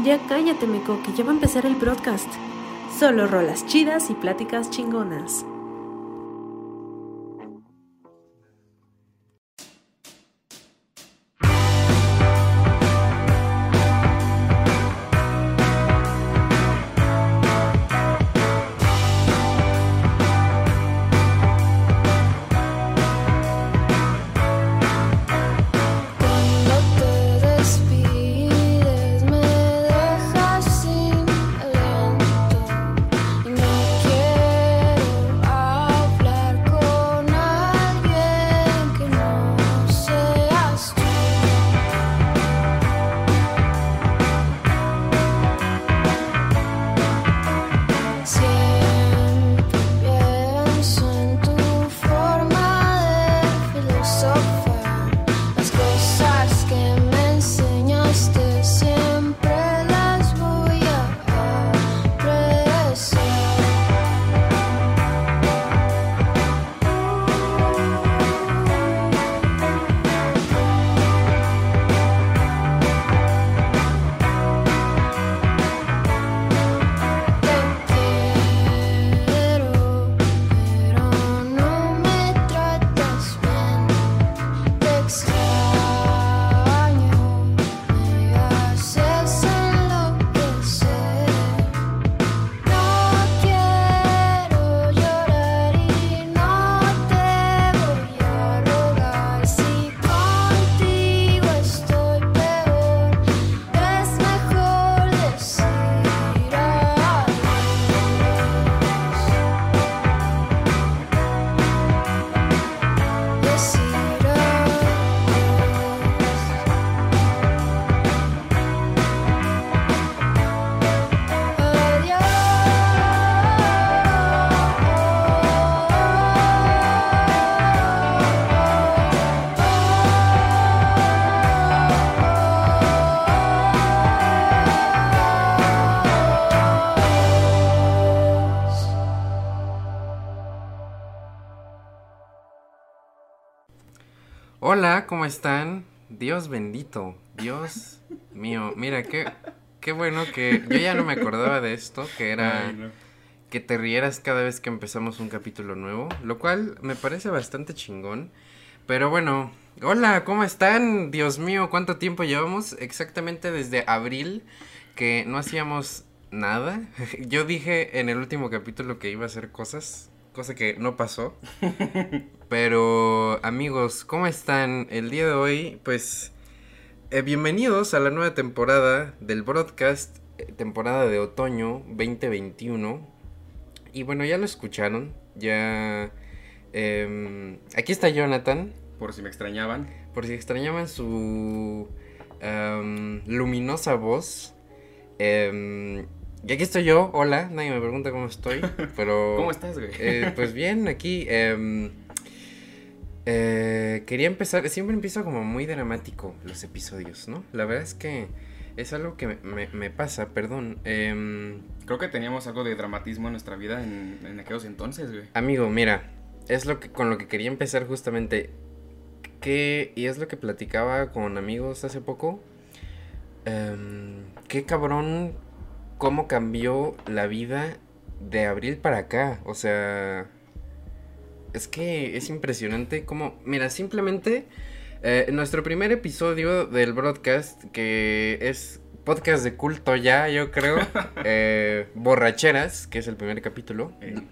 Ya cállate, meco, que ya va a empezar el broadcast. Solo rolas chidas y pláticas chingonas. Hola, ¿cómo están? Dios bendito, Dios mío. Mira, qué bueno que yo ya no me acordaba de esto, que era Ay, no. que te rieras cada vez que empezamos un capítulo nuevo, lo cual me parece bastante chingón. Pero bueno, hola, ¿cómo están? Dios mío, ¿cuánto tiempo llevamos? Exactamente desde abril que no hacíamos nada. Yo dije en el último capítulo que iba a hacer cosas, cosa que no pasó. Pero amigos, ¿cómo están? El día de hoy, pues, bienvenidos a la nueva temporada del broadcast, temporada de otoño 2021. Y bueno, ya lo escucharon, ya... aquí está Jonathan, Por si me extrañaban. por si extrañaban su luminosa voz. Y aquí estoy yo, hola, nadie me pregunta cómo estoy, pero... ¿Cómo estás, güey? Pues bien, aquí... quería empezar, siempre empiezo como muy dramático los episodios, ¿no? La verdad es que es algo que me pasa, perdón. Creo que teníamos algo de dramatismo en nuestra vida en aquellos entonces, güey. Amigo, mira, es lo que con lo que quería empezar justamente. Y es lo que platicaba con amigos hace poco. Qué cabrón cómo cambió la vida de abril para acá. O sea, es que es impresionante cómo... Mira, simplemente nuestro primer episodio del broadcast, que es podcast de culto ya, yo creo, Borracheras, que es el primer capítulo,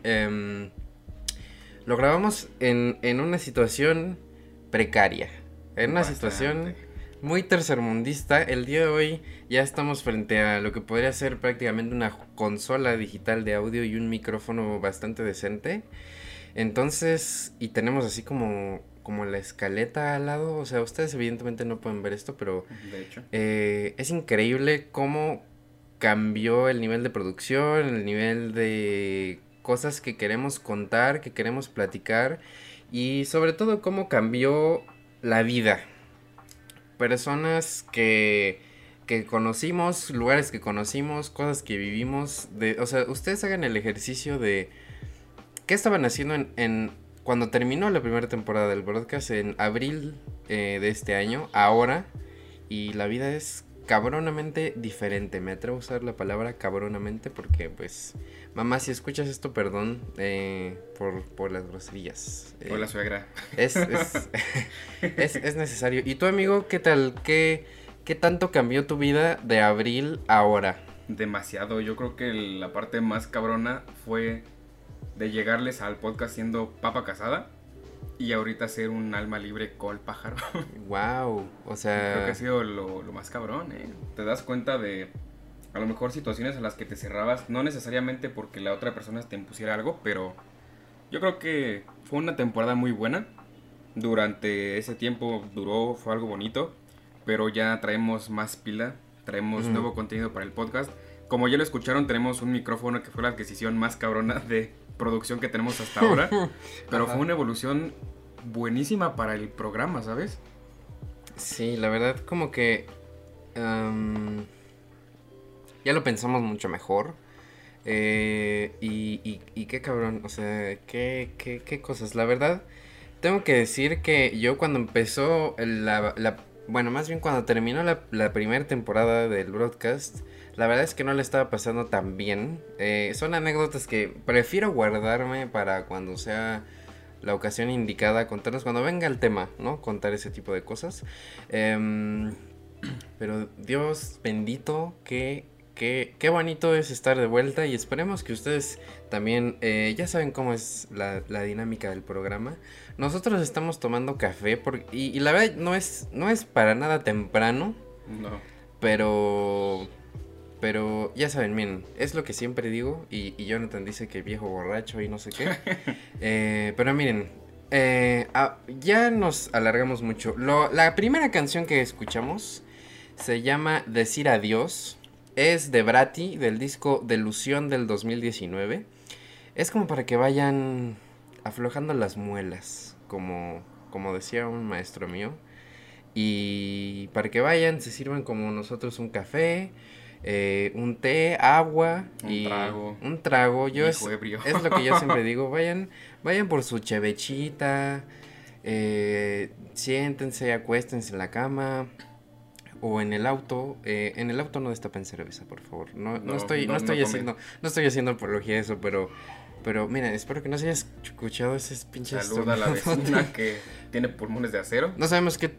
lo grabamos en una situación precaria, en una situación muy tercermundista. El día de hoy ya estamos frente a lo que podría ser prácticamente una consola digital de audio y un micrófono bastante decente. Entonces, y tenemos así como la escaleta al lado. O sea, ustedes evidentemente no pueden ver esto, pero De hecho. es increíble cómo cambió el nivel de producción, el nivel de cosas que queremos contar, que queremos platicar, y sobre todo cómo cambió la vida. Personas que conocimos, lugares que conocimos, cosas que vivimos. O sea, ustedes hagan el ejercicio de qué estaban haciendo cuando terminó la primera temporada del broadcast en abril de este año, ahora, y la vida es cabronamente diferente. Me atrevo a usar la palabra cabronamente porque, pues, mamá, si escuchas esto, perdón por las groserías. O la suegra. Es necesario. ¿Y tu amigo, qué tal? ¿Qué tanto cambió tu vida de abril a ahora? Demasiado. Yo creo que la parte más cabrona fue de llegarles al podcast siendo papa casada y ahorita ser un alma libre col pájaro. Wow, o sea... Creo que ha sido lo más cabrón, ¿eh? Te das cuenta de a lo mejor situaciones a las que te cerrabas, no necesariamente porque la otra persona te impusiera algo, pero yo creo que fue una temporada muy buena. Durante ese tiempo fue algo bonito, pero ya traemos más pila, traemos nuevo contenido para el podcast. Como ya lo escucharon, tenemos un micrófono que fue la adquisición más cabrona de producción que tenemos hasta ahora, pero fue una evolución buenísima para el programa, ¿sabes? Sí, la verdad como que ya lo pensamos mucho mejor. Y qué cabrón, o sea, qué cosas. La verdad, tengo que decir que yo cuando empezó bueno, más bien cuando terminó la primera temporada del broadcast, la verdad es que no le estaba pasando tan bien. Son anécdotas que prefiero guardarme para cuando sea la ocasión indicada, contarnos cuando venga el tema, ¿no? Contar ese tipo de cosas. Pero Dios bendito, qué bonito es estar de vuelta y esperemos que ustedes también, ya saben cómo es la dinámica del programa. Nosotros estamos tomando café y la verdad no es para nada temprano. No. Pero ya saben, miren, es lo que siempre digo y Jonathan dice que viejo borracho y no sé qué. Pero miren, ya nos alargamos mucho. La primera canción que escuchamos se llama Decir Adiós. Es de Bratty, del disco Delusión del 2019. Es como para que vayan aflojando las muelas, como decía un maestro mío. Y para que vayan, se sirvan como nosotros un café, un té, agua un trago. Es lo que yo siempre digo, vayan por su chevechita, siéntense, acuéstense en la cama o en el auto. En el auto no destapen cerveza, por favor. No estoy haciendo apología de eso, pero mira, espero que no se hayas escuchado ese pinche Saluda a la vecina que tiene pulmones de acero. No sabemos qué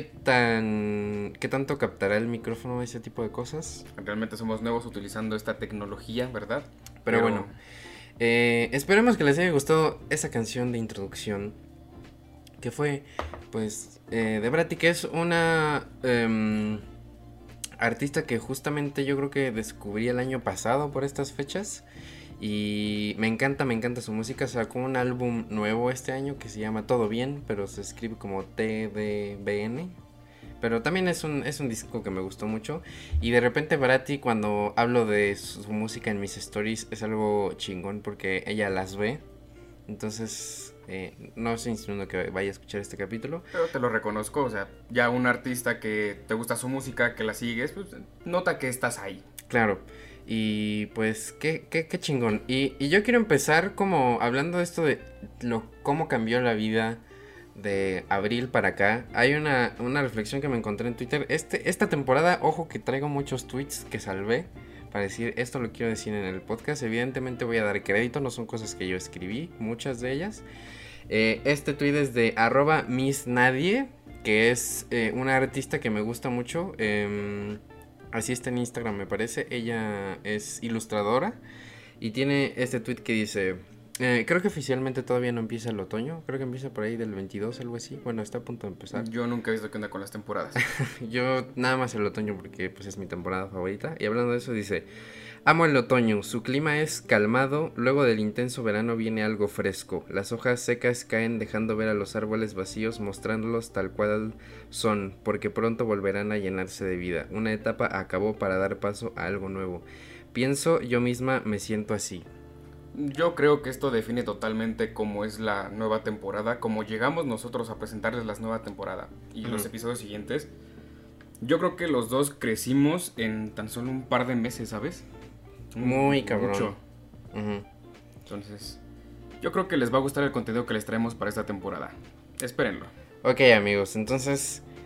tanto captará el micrófono, ese tipo de cosas. Realmente somos nuevos utilizando esta tecnología, ¿verdad? Pero bueno, esperemos que les haya gustado esa canción de introducción, que fue, pues, de Bratty, que es una artista que justamente yo creo que descubrí el año pasado por estas fechas. Y me encanta su música. Sacó un álbum nuevo este año que se llama Todo Bien, pero se escribe como TDBN. Pero también es un disco que me gustó mucho. Y de repente Bratty, cuando hablo de su música en mis stories, es algo chingón porque ella las ve. Entonces, no estoy insinuando que vaya a escuchar este capítulo. Pero te lo reconozco, o sea, ya un artista que te gusta su música, que la sigues, pues nota que estás ahí. Claro. Y pues qué chingón. Y yo quiero empezar como hablando de esto de cómo cambió la vida de abril para acá. Hay una reflexión que me encontré en Twitter. Esta temporada, ojo que traigo muchos tweets que salvé para decir esto lo quiero decir en el podcast. Evidentemente voy a dar crédito, no son cosas que yo escribí, muchas de ellas. Este tweet es de @missnadie, que es una artista que me gusta mucho. Así está en Instagram, me parece. Ella es ilustradora y tiene este tweet que dice: creo que oficialmente todavía no empieza el otoño. Creo que empieza por ahí del 22, algo así. Bueno, está a punto de empezar. Yo nunca he visto qué onda con las temporadas. Yo nada más el otoño porque pues es mi temporada favorita. Y hablando de eso dice: amo el otoño, su clima es calmado, luego del intenso verano viene algo fresco. Las hojas secas caen dejando ver a los árboles vacíos, mostrándolos tal cual son, porque pronto volverán a llenarse de vida. Una etapa acabó para dar paso a algo nuevo. Pienso, yo misma me siento así. Yo creo que esto define totalmente cómo es la nueva temporada, cómo llegamos nosotros a presentarles la nueva temporada y los episodios siguientes. Yo creo que los dos crecimos en tan solo un par de meses, ¿sabes? Muy cabrón. Mucho. Entonces, yo creo que les va a gustar el contenido que les traemos para esta temporada. Espérenlo. Ok, amigos, entonces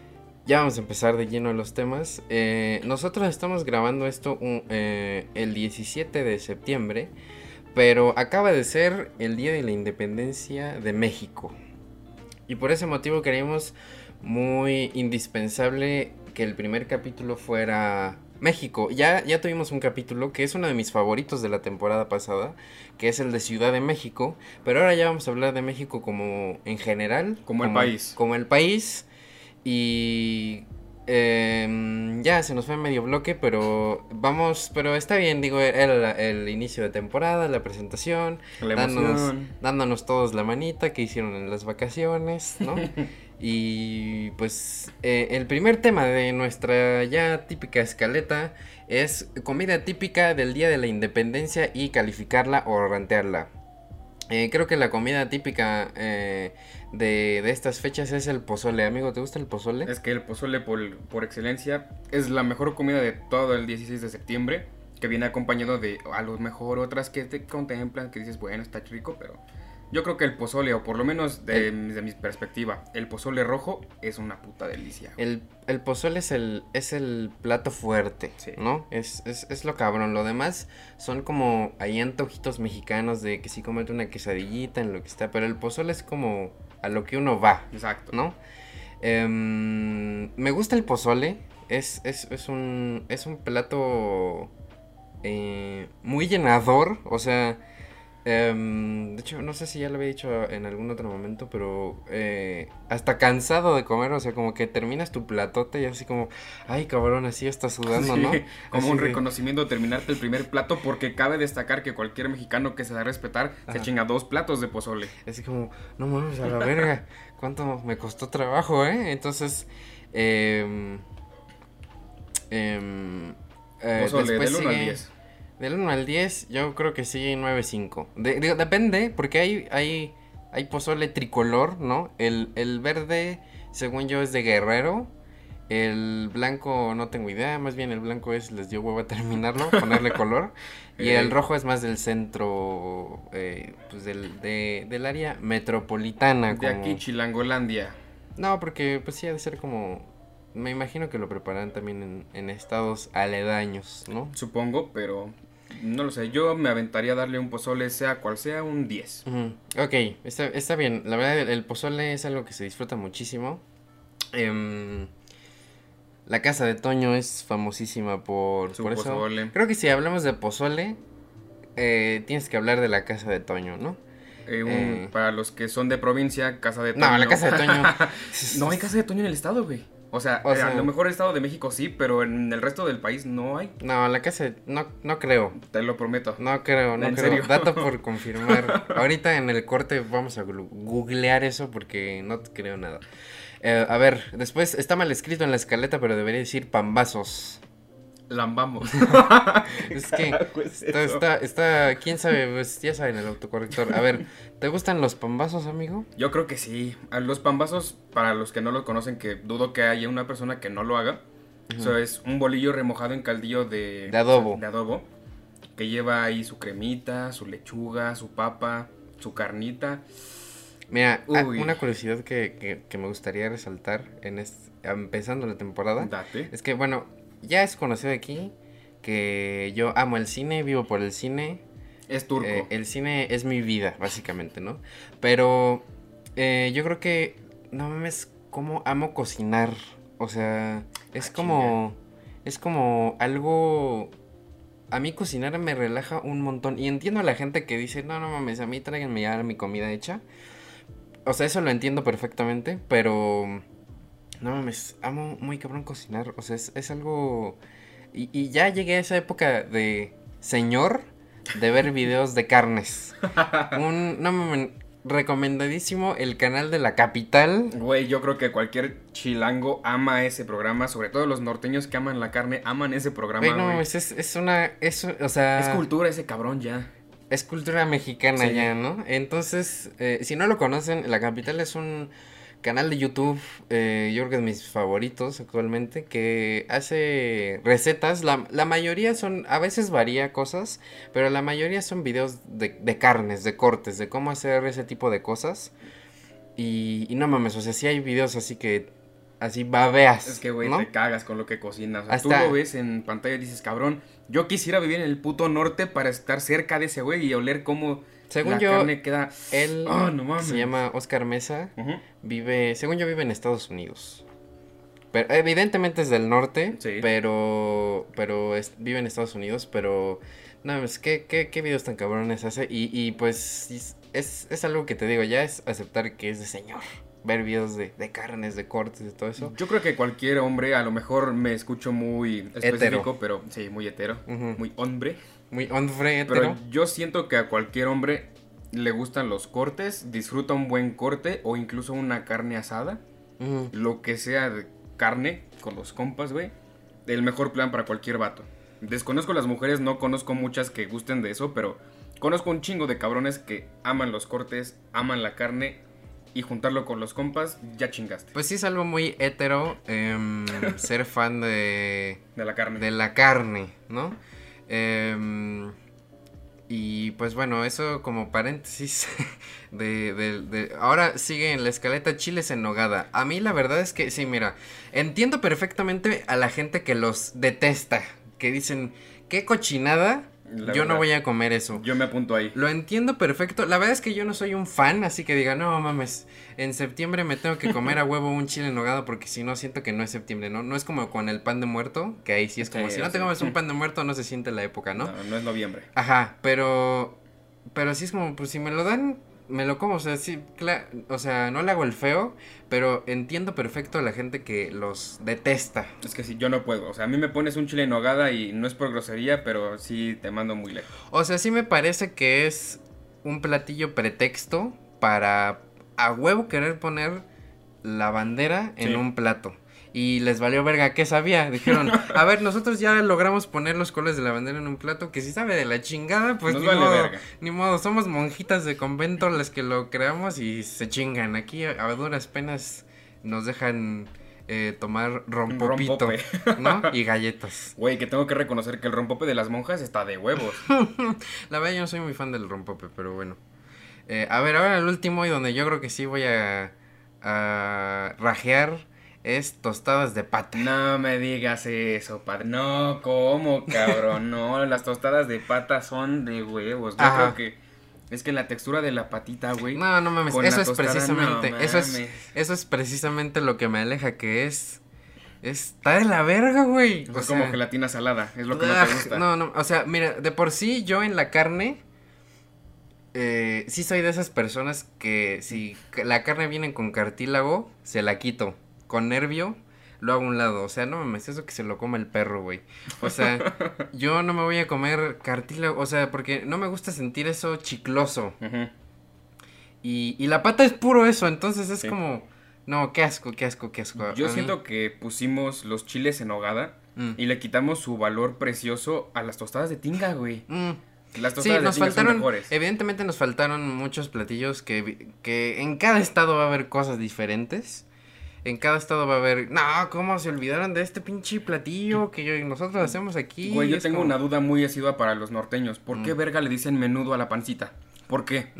ya vamos a empezar de lleno los temas. Nosotros estamos grabando esto el 17 de septiembre, pero acaba de ser el Día de la Independencia de México. Y por ese motivo creímos muy indispensable que el primer capítulo fuera México. Ya tuvimos un capítulo que es uno de mis favoritos de la temporada pasada, que es el de Ciudad de México, pero ahora ya vamos a hablar de México como en general. Como el país. Como el país. Y ya se nos fue medio bloque, pero está bien, digo, era el inicio de temporada, la presentación, la emoción, dándonos todos la manita que hicieron en las vacaciones, ¿no? Y pues el primer tema de nuestra ya típica escaleta es comida típica del Día de la Independencia y calificarla o rantearla. Creo que la comida típica de estas fechas es el pozole. Amigo, ¿te gusta el pozole? Es que el pozole por excelencia es la mejor comida de todo el 16 de septiembre, que viene acompañado de a lo mejor otras que te contemplan, que dices, bueno, está rico, pero yo creo que el pozole, o por lo menos de mi perspectiva, el pozole rojo es una puta delicia. El pozole es el plato fuerte, sí, ¿no? Es lo cabrón. Lo demás son como ahí antojitos mexicanos de que sí comete una quesadillita en lo que está, pero el pozole es como a lo que uno va. Exacto. ¿No? Me gusta el pozole. Es un plato muy llenador, o sea... de hecho, no sé si ya lo había dicho en algún otro momento, pero hasta cansado de comer, o sea, como que terminas tu platote y así como, ay cabrón, así estás sudando, sí, ¿no? Como así un reconocimiento de terminarte el primer plato, porque cabe destacar que cualquier mexicano que se da a respetar se chinga 2 platos de pozole. Así como, no mames, a la verga, cuánto me costó trabajo, Entonces, pozole, del 1 al 10. Del 1 al 10, yo creo que sí, 9.5. Depende, porque hay pozole tricolor, ¿no? El verde, según yo, es de Guerrero. El blanco no tengo idea, más bien el blanco les dio huevo a terminarlo, ponerle color. Y el rojo es más del centro, pues del área metropolitana. De aquí, Chilangolandia. No, porque pues sí ha de ser como... Me imagino que lo preparan también en estados aledaños, ¿no? Supongo, pero... No lo sé, yo me aventaría a darle un pozole, sea cual sea, un 10. Ok, está bien. La verdad, el pozole es algo que se disfruta muchísimo. La casa de Toño es famosísima por eso. Pozole. Creo que si hablamos de pozole, tienes que hablar de la casa de Toño, ¿no? Para los que son de provincia, casa de Toño. No, la casa de Toño. No hay casa de Toño en el estado, güey. O sea, a lo mejor el estado de México sí, pero en el resto del país no hay. No, la casa no creo. Te lo prometo. No creo. ¿Serio? Dato por confirmar. Ahorita en el corte vamos a googlear eso porque no creo nada. A ver, después está mal escrito en la escaleta, pero debería decir pambazos. Lambamos. Es que está, quién sabe, pues ya saben, el autocorrector. A ver, ¿te gustan los pambazos, amigo? Yo creo que sí. Los pambazos, para los que no lo conocen, que dudo que haya una persona que no lo haga. Eso es un bolillo remojado en caldillo de adobo, que lleva ahí su cremita, su lechuga, su papa, su carnita. Mira, una curiosidad que me gustaría resaltar empezando la temporada. Date. Es que, bueno, ya es conocido aquí que yo amo el cine, vivo por el cine. Es turco. El cine es mi vida, básicamente, ¿no? Pero yo creo que, no mames, como amo cocinar. O sea, es como algo... A mí cocinar me relaja un montón. Y entiendo a la gente que dice, no mames, a mí tráiganme ya mi comida hecha. O sea, eso lo entiendo perfectamente, pero... No mames, amo muy cabrón cocinar. O sea, es algo... Y ya llegué a esa época de señor de ver videos de carnes. No mames, recomendadísimo el canal de La Capital. Güey, yo creo que cualquier chilango ama ese programa. Sobre todo los norteños que aman la carne, aman ese programa, güey. No mames, o sea... Es cultura ese cabrón ya. Es cultura mexicana ya, ¿no? Entonces, si no lo conocen, La Capital es un... canal de YouTube, yo creo que es de mis favoritos actualmente, que hace recetas, la mayoría son, a veces varía cosas, pero la mayoría son videos de carnes, de cortes, de cómo hacer ese tipo de cosas, y no mames, o sea, sí hay videos así que así babeas. Es que, güey, ¿no? te cagas con lo que cocinas. O sea, Hasta... tú lo ves en pantalla y dices, cabrón, yo quisiera vivir en el puto norte para estar cerca de ese güey y oler cómo Según la yo, carne queda... él no mames. se llama Oscar Mesa, Ujú. según yo vive en Estados Unidos. Pero evidentemente es del norte, Sí. pero vive en Estados Unidos, pero no, es que qué videos tan cabrones hace y pues es algo que te digo, ya es aceptar que es de señor, ver videos de carnes, de cortes, de todo eso. Yo creo que cualquier hombre, a lo mejor me escucho muy específico, pero sí, muy hetero, Ujú. muy hombre. Muy hombre Pero hetero. yo siento que a cualquier hombre le gustan los cortes, disfruta un buen corte o incluso una carne asada, Ujú. lo que sea de carne con los compas, güey. El mejor plan para cualquier vato. Desconozco las mujeres, no conozco muchas que gusten de eso, pero conozco un chingo de cabrones que aman los cortes, aman la carne y juntarlo con los compas, ya chingaste. Pues sí es algo muy hetero ser fan De la carne. de la carne, ¿no? Y pues bueno, eso como paréntesis ahora sigue en la escaleta chiles en nogada. A mí la verdad es que sí, mira, entiendo perfectamente a la gente que los detesta, que dicen, qué cochinada, La yo no verdad. voy a comer eso. Yo me apunto ahí. Lo entiendo perfecto. La verdad es que yo no soy un fan, así que diga, no mames, en septiembre me tengo que comer a huevo un chile en nogada porque si no siento que no es septiembre, ¿no? No es como con el pan de muerto, que ahí sí es como, Sí, si no te sí. comes un pan de muerto no se siente la época, ¿no? No, no es noviembre. Ajá, pero sí es como, pues si me lo dan, me lo como, o sea, sí, o sea, no le hago el feo, pero entiendo perfecto a la gente que los detesta. Es que sí, yo no puedo. O sea, a mí me pones un chile en nogada y no es por grosería, pero sí te mando muy lejos. O sea, sí me parece que es un platillo pretexto para a huevo querer poner la bandera en Sí. un plato. Y les valió verga qué sabía. Dijeron, a ver, nosotros ya logramos poner los colores de la bandera en un plato que si sabe de la chingada, pues Nos ni vale modo, verga. ni modo. Somos monjitas de convento las que lo creamos y se chingan. Aquí a duras penas nos dejan tomar rompopito, rompope. ¿no? Y galletas. Güey, que tengo que reconocer que el rompope de las monjas está de huevos. La verdad yo no soy muy fan del rompope, pero bueno. A ver, ahora el último y donde yo creo que sí voy a rajear es tostadas de pata. No me digas eso, padre. No, ¿cómo, cabrón? No, las tostadas de pata son de huevos. Yo Ajá. creo que es que la textura de la patita, güey. No, no mames, con eso la es tostada, precisamente, no eso es precisamente lo que me aleja, que está de la verga, güey. Es como gelatina salada, es lo que no te gusta. No, o sea, mira, de por sí yo en la carne, sí soy de esas personas que si la carne viene con cartílago, se la quito. Con nervio, lo hago a un lado. O sea, no mames, eso que se lo coma el perro, güey. O sea, yo no me voy a comer cartílago, o sea, porque no me gusta sentir eso chicloso. Ujú. Y la pata es puro eso, entonces es Sí. como, no, qué asco, qué asco, qué asco. Yo A mí- siento que pusimos los chiles en hogada Mm. y le quitamos su valor precioso a las tostadas de tinga, güey. Mm. Las Sí, tostadas nos de tinga son faltaron, mejores. evidentemente nos faltaron muchos platillos que en cada estado va a haber cosas diferentes. En cada estado va a haber, no, ¿cómo se olvidaron de este pinche platillo que nosotros hacemos aquí? Güey, yo Es tengo como, una duda muy asidua para los norteños. ¿Por qué verga le dicen menudo a la pancita? ¿Por qué?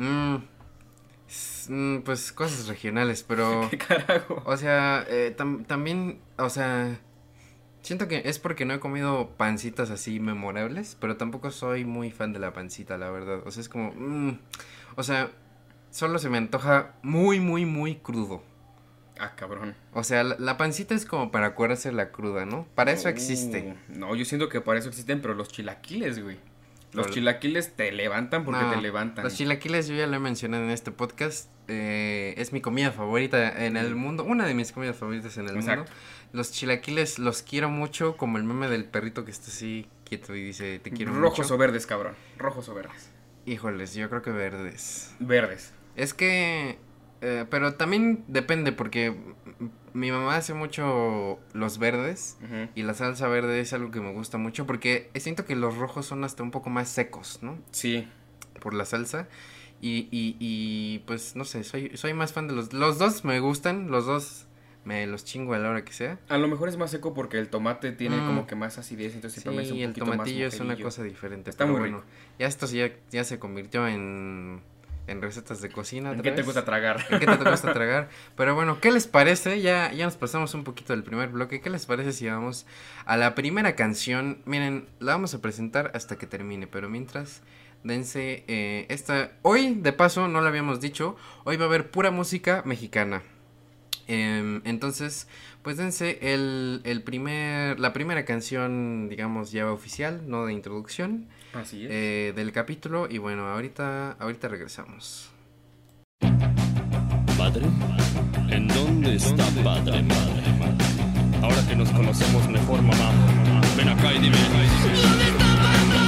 Pues cosas regionales, pero, ¿Qué carajo? o sea, también, o sea, siento que es porque no he comido pancitas así memorables, pero tampoco soy muy fan de la pancita, la verdad. O sea, es como, o sea, solo se me antoja muy, muy, muy crudo. Ah, cabrón. O sea, la pancita es como para acuerdarse la cruda, ¿no? Para eso existe. No, yo siento que para eso existen, pero los chilaquiles, güey. Los Ol- chilaquiles te levantan porque No, te levantan. Los chilaquiles yo ya lo he mencionado en este podcast. Es mi comida favorita en el mundo. Una de mis comidas favoritas en el Exacto. mundo. Los chilaquiles los quiero mucho, como el meme del perrito que está así quieto y dice te quiero Rojos mucho. o verdes, cabrón. Rojos o verdes. Híjoles, yo creo que verdes. Verdes. Es que, pero también depende porque mi mamá hace mucho los verdes. Ujú. Y la salsa verde es algo que me gusta mucho porque siento que los rojos son hasta un poco más secos, ¿no? Sí. Por la salsa. Y pues no sé, soy más fan de los dos me gustan, los dos me los chingo a la hora que sea. A lo mejor es más seco porque el tomate tiene Mm. como que más acidez, entonces siempre me hace un Sí, el poquito más tomatillo es una mojerillo. cosa diferente. Está pero muy bueno, ya esto sí ya se convirtió en en recetas de cocina. ¿En qué te gusta tragar? ¿En qué te gusta tragar? Pero bueno, ¿qué les parece? Ya nos pasamos un poquito del primer bloque. ¿Qué les parece si vamos a la primera canción? Miren, la vamos a presentar hasta que termine, pero mientras, dense esta... Hoy, de paso, no lo habíamos dicho, hoy va a haber pura música mexicana. Entonces, pues dense la primera canción, digamos, ya oficial, no de introducción. Así es. Del capítulo. Y bueno, ahorita regresamos. ¿Padre? ¿En dónde está padre? Ahora que nos conocemos mejor, mamá, ven acá y dime. ¿Dónde está papá?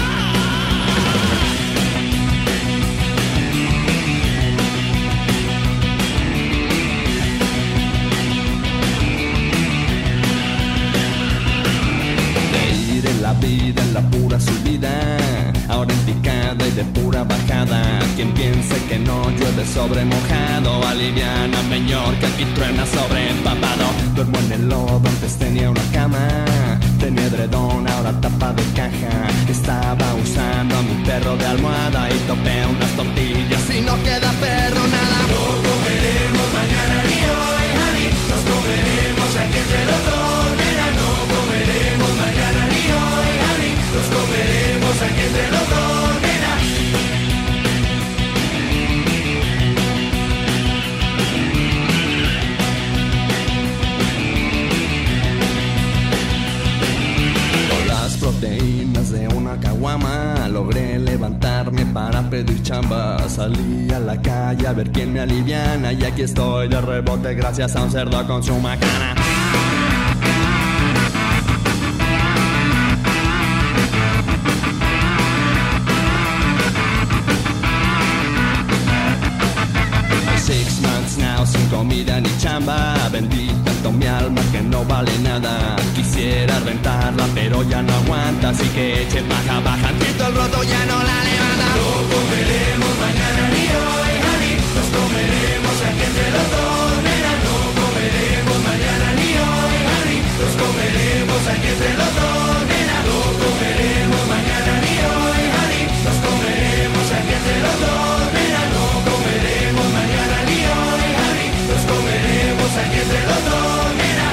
La vida en la pura subida, ahora en picada y de pura bajada. Quien piense que no llueve sobre mojado, aliviana señor que aquí truena sobre empapado. Duermo en el lodo, antes tenía una cama, tenía edredón, ahora tapa de caja. Estaba usando a mi perro de almohada y topé unas tortillas y no queda perro nada. No comeremos mañana ni hoy, honey. Nos comeremos aquí entre los dos, nena. No comeremos mañana ni hoy, honey. Nos comeremos aquí entre los dos, nena. Con las proteínas de una caguama logré levantarme para pedir chamba. Salí a la calle a ver quién me aliviana y aquí estoy de rebote gracias a un cerdo con su macana. 6 months now, sin comida ni chamba. Vendí tanto mi alma que no vale nada. Quisiera rentarla pero ya no aguanta, así que eche baja, bajantito el roto ya no la levanta. No comeremos mañana ni hoy, honey. Nos comeremos aquí entre los dos, nena. No comeremos mañana ni hoy, honey. Nos comeremos aquí entre los dos, nena. No comeremos mañana ni hoy, honey. Nos comeremos aquí entre los dos, nena. No comeremos mañana ni hoy, honey. Nos comeremos aquí entre los dos, nena.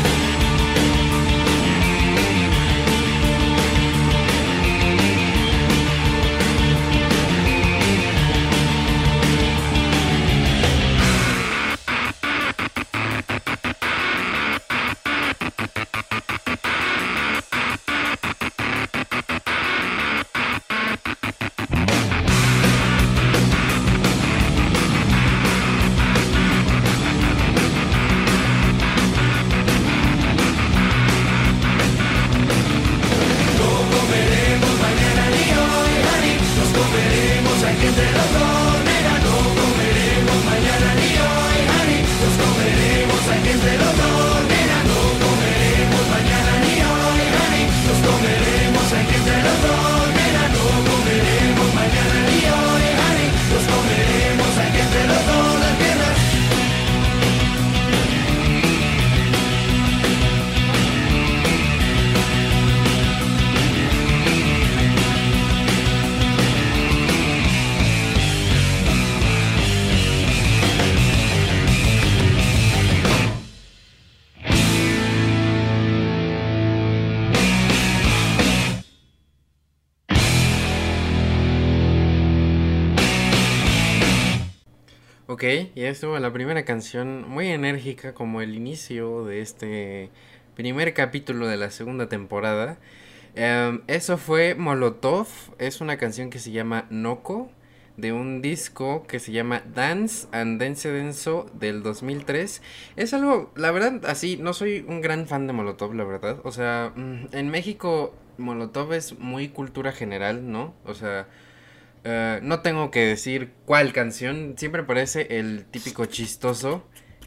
Ok, ya estuvo la primera canción, muy enérgica como el inicio de este primer capítulo de la segunda temporada. Eso fue Molotov, es una canción que se llama Noco, de un disco que se llama Dance and Dance Denso del 2003. Es algo, la verdad, así, no soy un gran fan de Molotov, la verdad. O sea, en México Molotov es muy cultura general, ¿no? O sea... no tengo que decir cuál canción, siempre parece el típico chistoso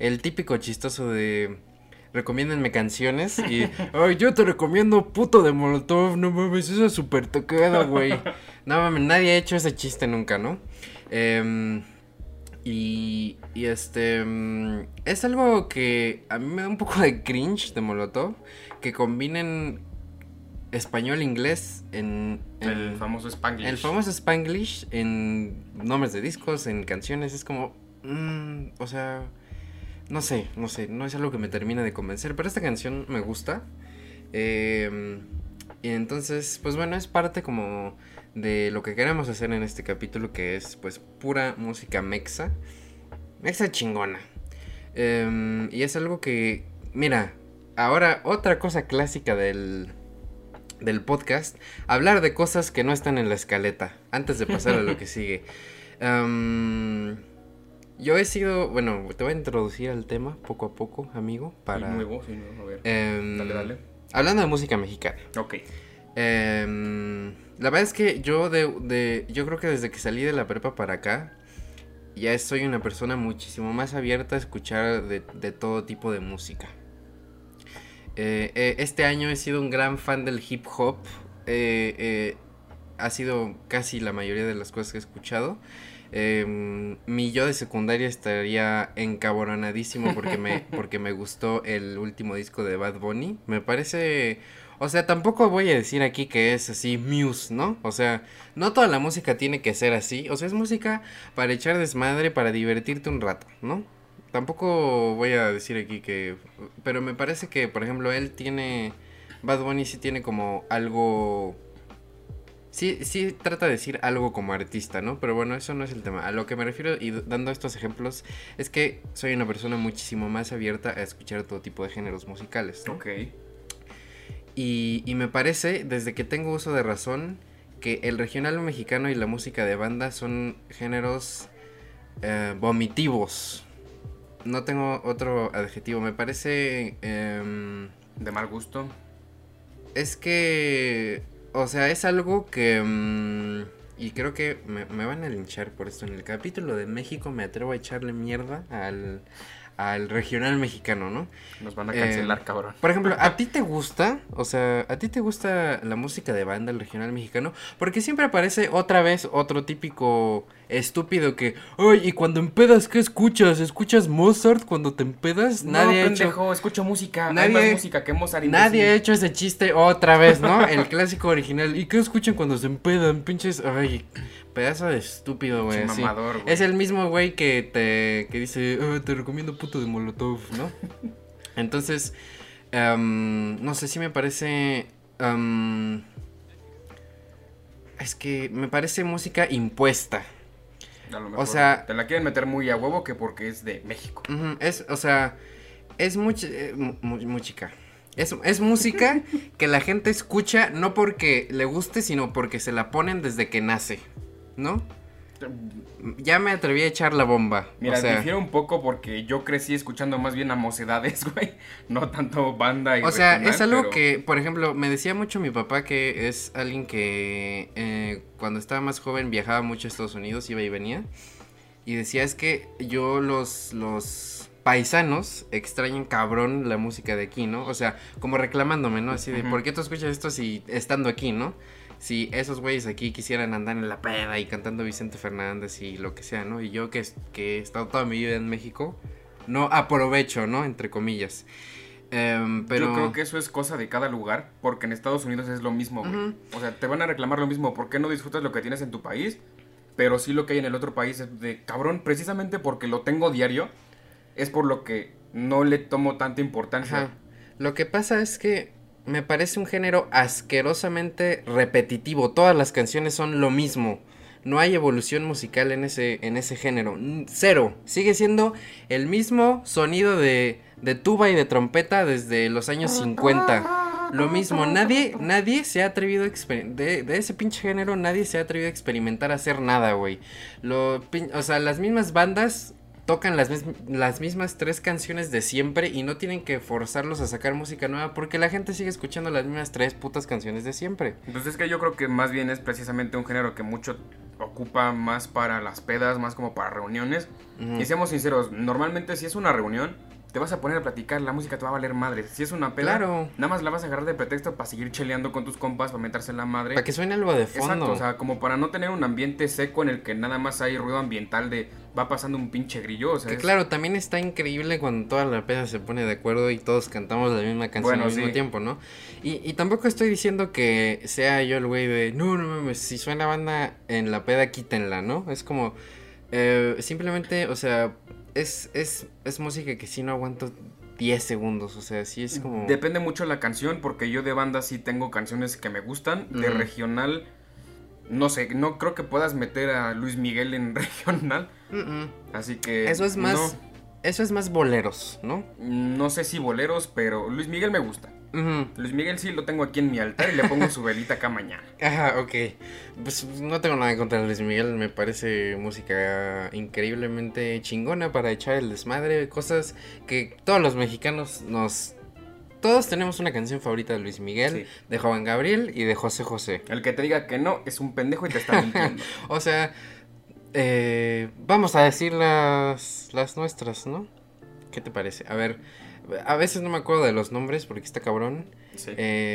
de recomiéndenme canciones y ay, yo te recomiendo puto de Molotov, no mames, esa es súper tocada, güey. No mames, nadie ha hecho ese chiste nunca, ¿no? Es algo que a mí me da un poco de cringe de Molotov, que combinen español-inglés El famoso Spanglish. El famoso Spanglish en nombres de discos, en canciones, es como... o sea, no sé, no es algo que me termina de convencer, pero esta canción me gusta. Y entonces, pues bueno, es parte como de lo que queremos hacer en este capítulo, que es pues pura música mexa chingona. Y es algo que, mira, ahora otra cosa clásica del podcast, hablar de cosas que no están en la escaleta, antes de pasar a lo que sigue. Yo he sido, bueno, te voy a introducir al tema poco a poco, amigo, para... Soy nuevo, a ver, dale. Hablando de música mexicana. Ok. La verdad es que yo yo creo que desde que salí de la prepa para acá, ya soy una persona muchísimo más abierta a escuchar de todo tipo de música. Este año he sido un gran fan del hip hop. Ha sido casi la mayoría de las cosas que he escuchado. Mi yo de secundaria estaría encabronadísimo porque me gustó el último disco de Bad Bunny. Me parece... O sea, tampoco voy a decir aquí que es así Muse, ¿no? O sea, no toda la música tiene que ser así. O sea, es música para echar desmadre, para divertirte un rato, ¿no? Tampoco voy a decir aquí que... Pero me parece que, por ejemplo, Bad Bunny sí tiene como algo... Sí trata de decir algo como artista, ¿no? Pero bueno, eso no es el tema. A lo que me refiero, y dando estos ejemplos, es que soy una persona muchísimo más abierta a escuchar todo tipo de géneros musicales, ¿no? Ok. Y me parece, desde que tengo uso de razón, que el regional mexicano y la música de banda son géneros vomitivos. No tengo otro adjetivo. Me parece... ¿De mal gusto? Es que... O sea, es algo que... y creo que me van a linchar por esto. En el capítulo de México me atrevo a echarle mierda al regional mexicano, ¿no? Nos van a cancelar, cabrón. Por ejemplo, ¿a ti te gusta? O sea, ¿a ti te gusta la música de banda, el regional mexicano? Porque siempre aparece otra vez otro típico estúpido que... ¡Ay! ¿Y cuando empedas qué escuchas? ¿Escuchas Mozart cuando te empedas? Nadie ha hecho... escucho música. Hay más música que Mozart. Nadie ha hecho ese chiste otra vez, ¿no? El clásico original. ¿Y qué escuchan cuando se empedan? Pinches... ¡Ay! Pedazo de estúpido, güey. Sí. Mamador, güey. Es el mismo güey que dice, te recomiendo puto de Molotov, ¿no? Entonces, no sé si me parece... es que me parece música impuesta. A lo mejor o sea... Te la quieren meter muy a huevo que porque es de México. Es música. Es música que la gente escucha no porque le guste, sino porque se la ponen desde que nace, ¿no? Ya me atreví a echar la bomba. Mira, o sea, difiero un poco porque yo crecí escuchando más bien a Mocedades, güey. No tanto banda y o sea, regional, es algo pero... que, por ejemplo, me decía mucho mi papá que es alguien que cuando estaba más joven viajaba mucho a Estados Unidos, iba y venía. Y decía, es que yo los paisanos extrañan cabrón la música de aquí, ¿no? O sea, como reclamándome, ¿no? Así de, ¿por qué tú escuchas esto si estando aquí, ¿no? Si esos güeyes aquí quisieran andar en la peda y cantando Vicente Fernández y lo que sea, ¿no? Y yo que he estado toda mi vida en México, no aprovecho, ¿no? Entre comillas. Pero... Yo creo que eso es cosa de cada lugar, porque en Estados Unidos es lo mismo, güey. O sea, te van a reclamar lo mismo, ¿por qué no disfrutas lo que tienes en tu país? Pero sí lo que hay en el otro país es de, cabrón, precisamente porque lo tengo diario, es por lo que no le tomo tanta importancia. Ajá. Lo que pasa es que me parece un género asquerosamente repetitivo. Todas las canciones son lo mismo. No hay evolución musical en ese género. Cero. Sigue siendo el mismo sonido de tuba y de trompeta desde los años 50. Lo mismo. Nadie se ha atrevido a de ese pinche género, nadie se ha atrevido a experimentar a hacer nada, güey. O sea, las mismas bandas tocan las mismas 3 canciones de siempre y no tienen que forzarlos a sacar música nueva porque la gente sigue escuchando las mismas 3 putas canciones de siempre. Entonces es que yo creo que más bien es precisamente un género que mucho ocupa más para las pedas, más como para reuniones. Y seamos sinceros, normalmente si es una reunión, te vas a poner a platicar, la música te va a valer madre. Si es una peda, Claro. nada más la vas a agarrar de pretexto para seguir cheleando con tus compas, para meterse en la madre. Para que suene algo de fondo. Exacto, o sea, como para no tener un ambiente seco en el que nada más hay ruido ambiental de va pasando un pinche grillo, o sea, Que claro, también está increíble cuando toda la peda se pone de acuerdo y todos cantamos la misma canción Bueno, al mismo sí. tiempo, ¿no? Y tampoco estoy diciendo que sea yo el güey de, no mames, si suena banda en la peda, quítenla, ¿no? Es como, simplemente, o sea, es música que sí no aguanto 10 segundos, o sea, sí es como... Depende mucho de la canción, porque yo de banda sí tengo canciones que me gustan, de regional, no sé, no creo que puedas meter a Luis Miguel en regional, así que... Eso es más... Eso es más boleros, ¿no? No sé si boleros, pero Luis Miguel me gusta. Luis Miguel sí lo tengo aquí en mi altar y le pongo su velita acá mañana. Ajá, ok. Pues no tengo nada en contra de Luis Miguel. Me parece música increíblemente chingona para echar el desmadre. Cosas que todos los mexicanos Todos tenemos una canción favorita de Luis Miguel, Sí. de Juan Gabriel y de José José. El que te diga que no es un pendejo y te está mintiendo. O sea, vamos a decir las nuestras, ¿no? ¿Qué te parece? A ver, a veces no me acuerdo de los nombres porque está cabrón. Sí.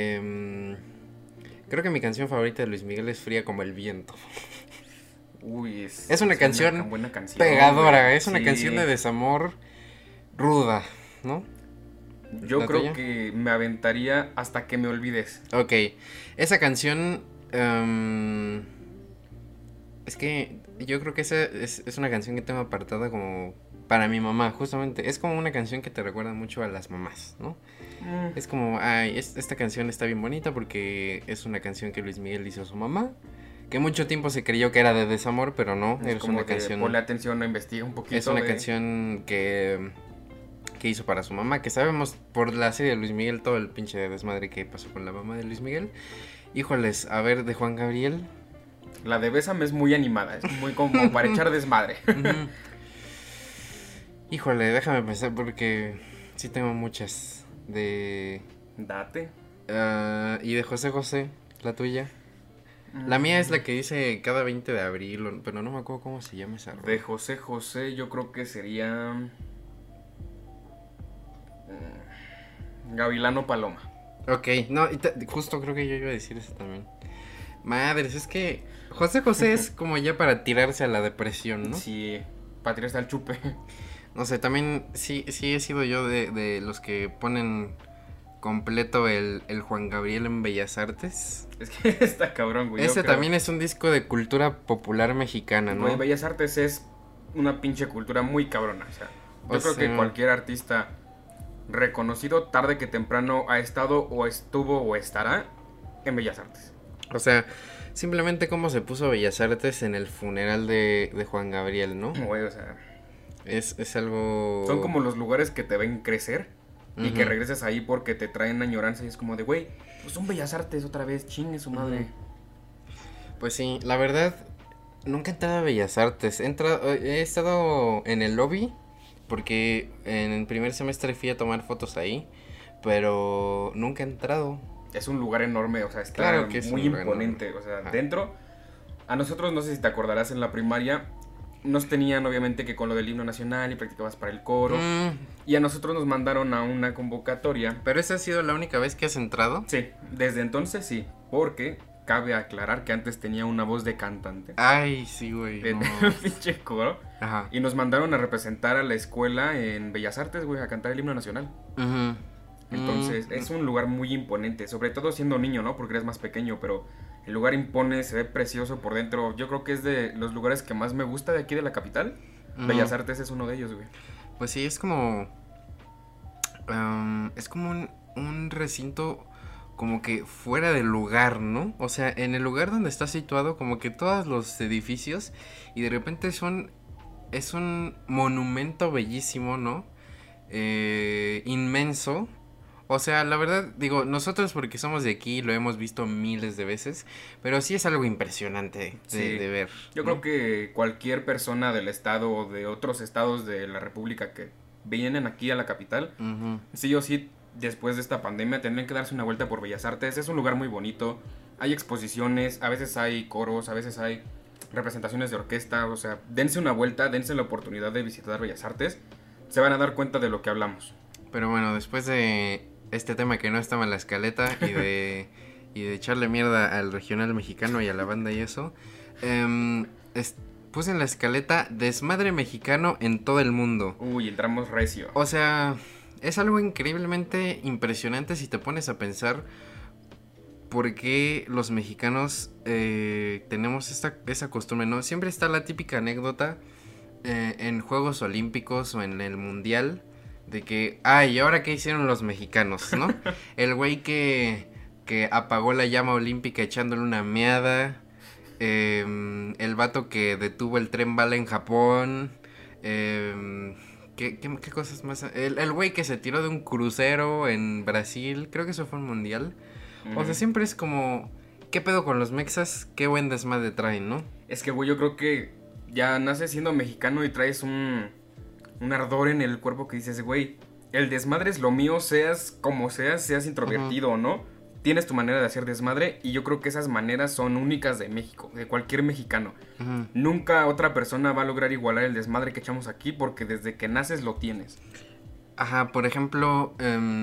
Creo que mi canción favorita de Luis Miguel es Fría como el viento. Uy, Es una canción buena canción, pegadora, güey. es una Sí. canción de desamor ruda, ¿no? Yo ¿La creo tuya? que me aventaría Hasta que me olvides. Ok, esa canción... es que yo creo que esa es una canción que tengo apartada como para mi mamá, justamente. Es como una canción que te recuerda mucho a las mamás, ¿no? Es como, ay, esta canción está bien bonita porque es una canción que Luis Miguel hizo a su mamá. Que mucho tiempo se creyó que era de desamor, pero no, Es es como una que canción... ponle atención, investiga un poquito. Es una de- canción que hizo para su mamá, que sabemos por la serie de Luis Miguel todo el pinche desmadre que pasó con la mamá de Luis Miguel. Híjoles, a ver, de Juan Gabriel. La de Bésame es muy animada, es muy como para echar desmadre. Híjole, déjame pensar porque sí tengo muchas. Date. Y de José José, la tuya. La mía es la que dice cada 20 de abril, pero no me acuerdo cómo se llama esa rola. De José José yo creo que sería... Gavilano Paloma. Ok, no, justo creo que yo iba a decir eso también. Madres, es que José José es como ya para tirarse a la depresión, ¿no? Sí, para tirarse al chupe. No sé, también sí he sido yo de los que ponen completo el Juan Gabriel en Bellas Artes. Es que está cabrón, güey. Ese también es un disco de cultura popular mexicana, ¿no? Güey, Bellas Artes es una pinche cultura muy cabrona. O sea, yo O creo que sea- cualquier artista reconocido, tarde que temprano, ha estado o estuvo o estará en Bellas Artes. O sea, simplemente cómo se puso Bellas Artes en el funeral de Juan Gabriel, ¿no? Güey, o sea, Es algo... son como los lugares que te ven crecer y que Ujú. regreses ahí porque te traen añoranza y es como de, güey, pues son Bellas Artes otra vez, chingue su madre. Pues sí, la verdad, nunca he entrado a Bellas Artes. He estado en el lobby porque en el primer semestre fui a tomar fotos ahí, pero nunca he entrado. Es un lugar enorme, o sea, está Claro que es muy un lugar imponente. enorme. O sea, Ajá. dentro, a nosotros, no sé si te acordarás, en la primaria, nos tenían obviamente que con lo del himno nacional y practicabas para el coro. Y a nosotros nos mandaron a una convocatoria. Pero esa ha sido la única vez que has entrado. Sí, desde entonces sí, porque cabe aclarar que antes tenía una voz de cantante Ay, sí, güey. en no. el pinche coro. Ajá. Y nos mandaron a representar a la escuela en Bellas Artes, güey, a cantar el himno nacional. Ujú. Entonces, es un lugar muy imponente, sobre todo siendo niño, ¿no? Porque eres más pequeño, pero el lugar impone, se ve precioso por dentro. Yo creo que es de los lugares que más me gusta de aquí de la capital. Ujú. Bellas Artes es uno de ellos, güey. Pues sí, es como... es como un recinto como que fuera del lugar, ¿no? O sea, en el lugar donde está situado, como que todos los edificios, y de repente es un monumento bellísimo, ¿no? Inmenso. O sea, la verdad, digo, nosotros porque somos de aquí lo hemos visto miles de veces, pero sí es algo impresionante Sí. de ver. Yo ¿no? creo que cualquier persona del estado o de otros estados de la república que vienen aquí a la capital, Ujú. sí o sí, después de esta pandemia, tendrían que darse una vuelta por Bellas Artes. Es un lugar muy bonito, hay exposiciones, a veces hay coros, a veces hay representaciones de orquesta. O sea, dense una vuelta, dense la oportunidad de visitar Bellas Artes. se van a dar cuenta de lo que hablamos. Pero bueno, después de este tema que no estaba en la escaleta y de echarle mierda al regional mexicano y a la banda y eso, puse en la escaleta desmadre mexicano en todo el mundo. Uy, entramos recio. O sea, es algo increíblemente impresionante si te pones a pensar por qué los mexicanos tenemos esa costumbre, ¿no? Siempre está la típica anécdota en Juegos Olímpicos o en el Mundial de que, ¿y ahora qué hicieron los mexicanos, no? El güey que apagó la llama olímpica echándole una meada, el vato que detuvo el tren bala en Japón, ¿qué cosas más? El güey que se tiró de un crucero en Brasil, creo que eso fue un mundial. O sea, siempre es como, ¿qué pedo con los mexas? Qué buen desmadre traen, ¿no? Es que, güey, yo creo que ya naces siendo mexicano y traes un ardor en el cuerpo que dices, güey, el desmadre es lo mío, seas como seas introvertido o no, tienes tu manera de hacer desmadre y yo creo que esas maneras son únicas de México, de cualquier mexicano. Nunca otra persona va a lograr igualar el desmadre que echamos aquí porque desde que naces lo tienes. Ajá, por ejemplo,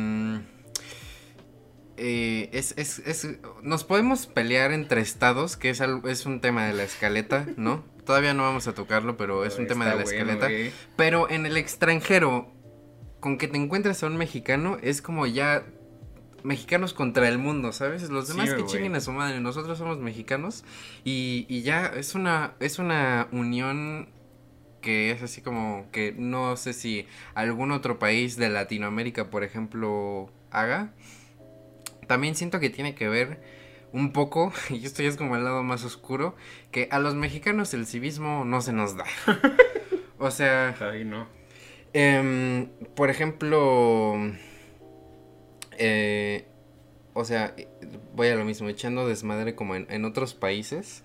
nos podemos pelear entre estados, que es un tema de la escaleta, ¿no? Todavía no vamos a tocarlo, pero es un tema de la escaleta. Pero en el extranjero, con que te encuentres a un mexicano, es como ya mexicanos contra el mundo, ¿sabes? Los demás Sí, que güey. chinguen a su madre, nosotros somos mexicanos y ya es una unión que es así como que no sé si algún otro país de Latinoamérica, por ejemplo, haga. También siento que tiene que ver un poco, y esto ya es como el lado más oscuro, que a los mexicanos el civismo no se nos da. O sea, Ahí no. por ejemplo, o sea, voy a lo mismo, echando desmadre como en otros países,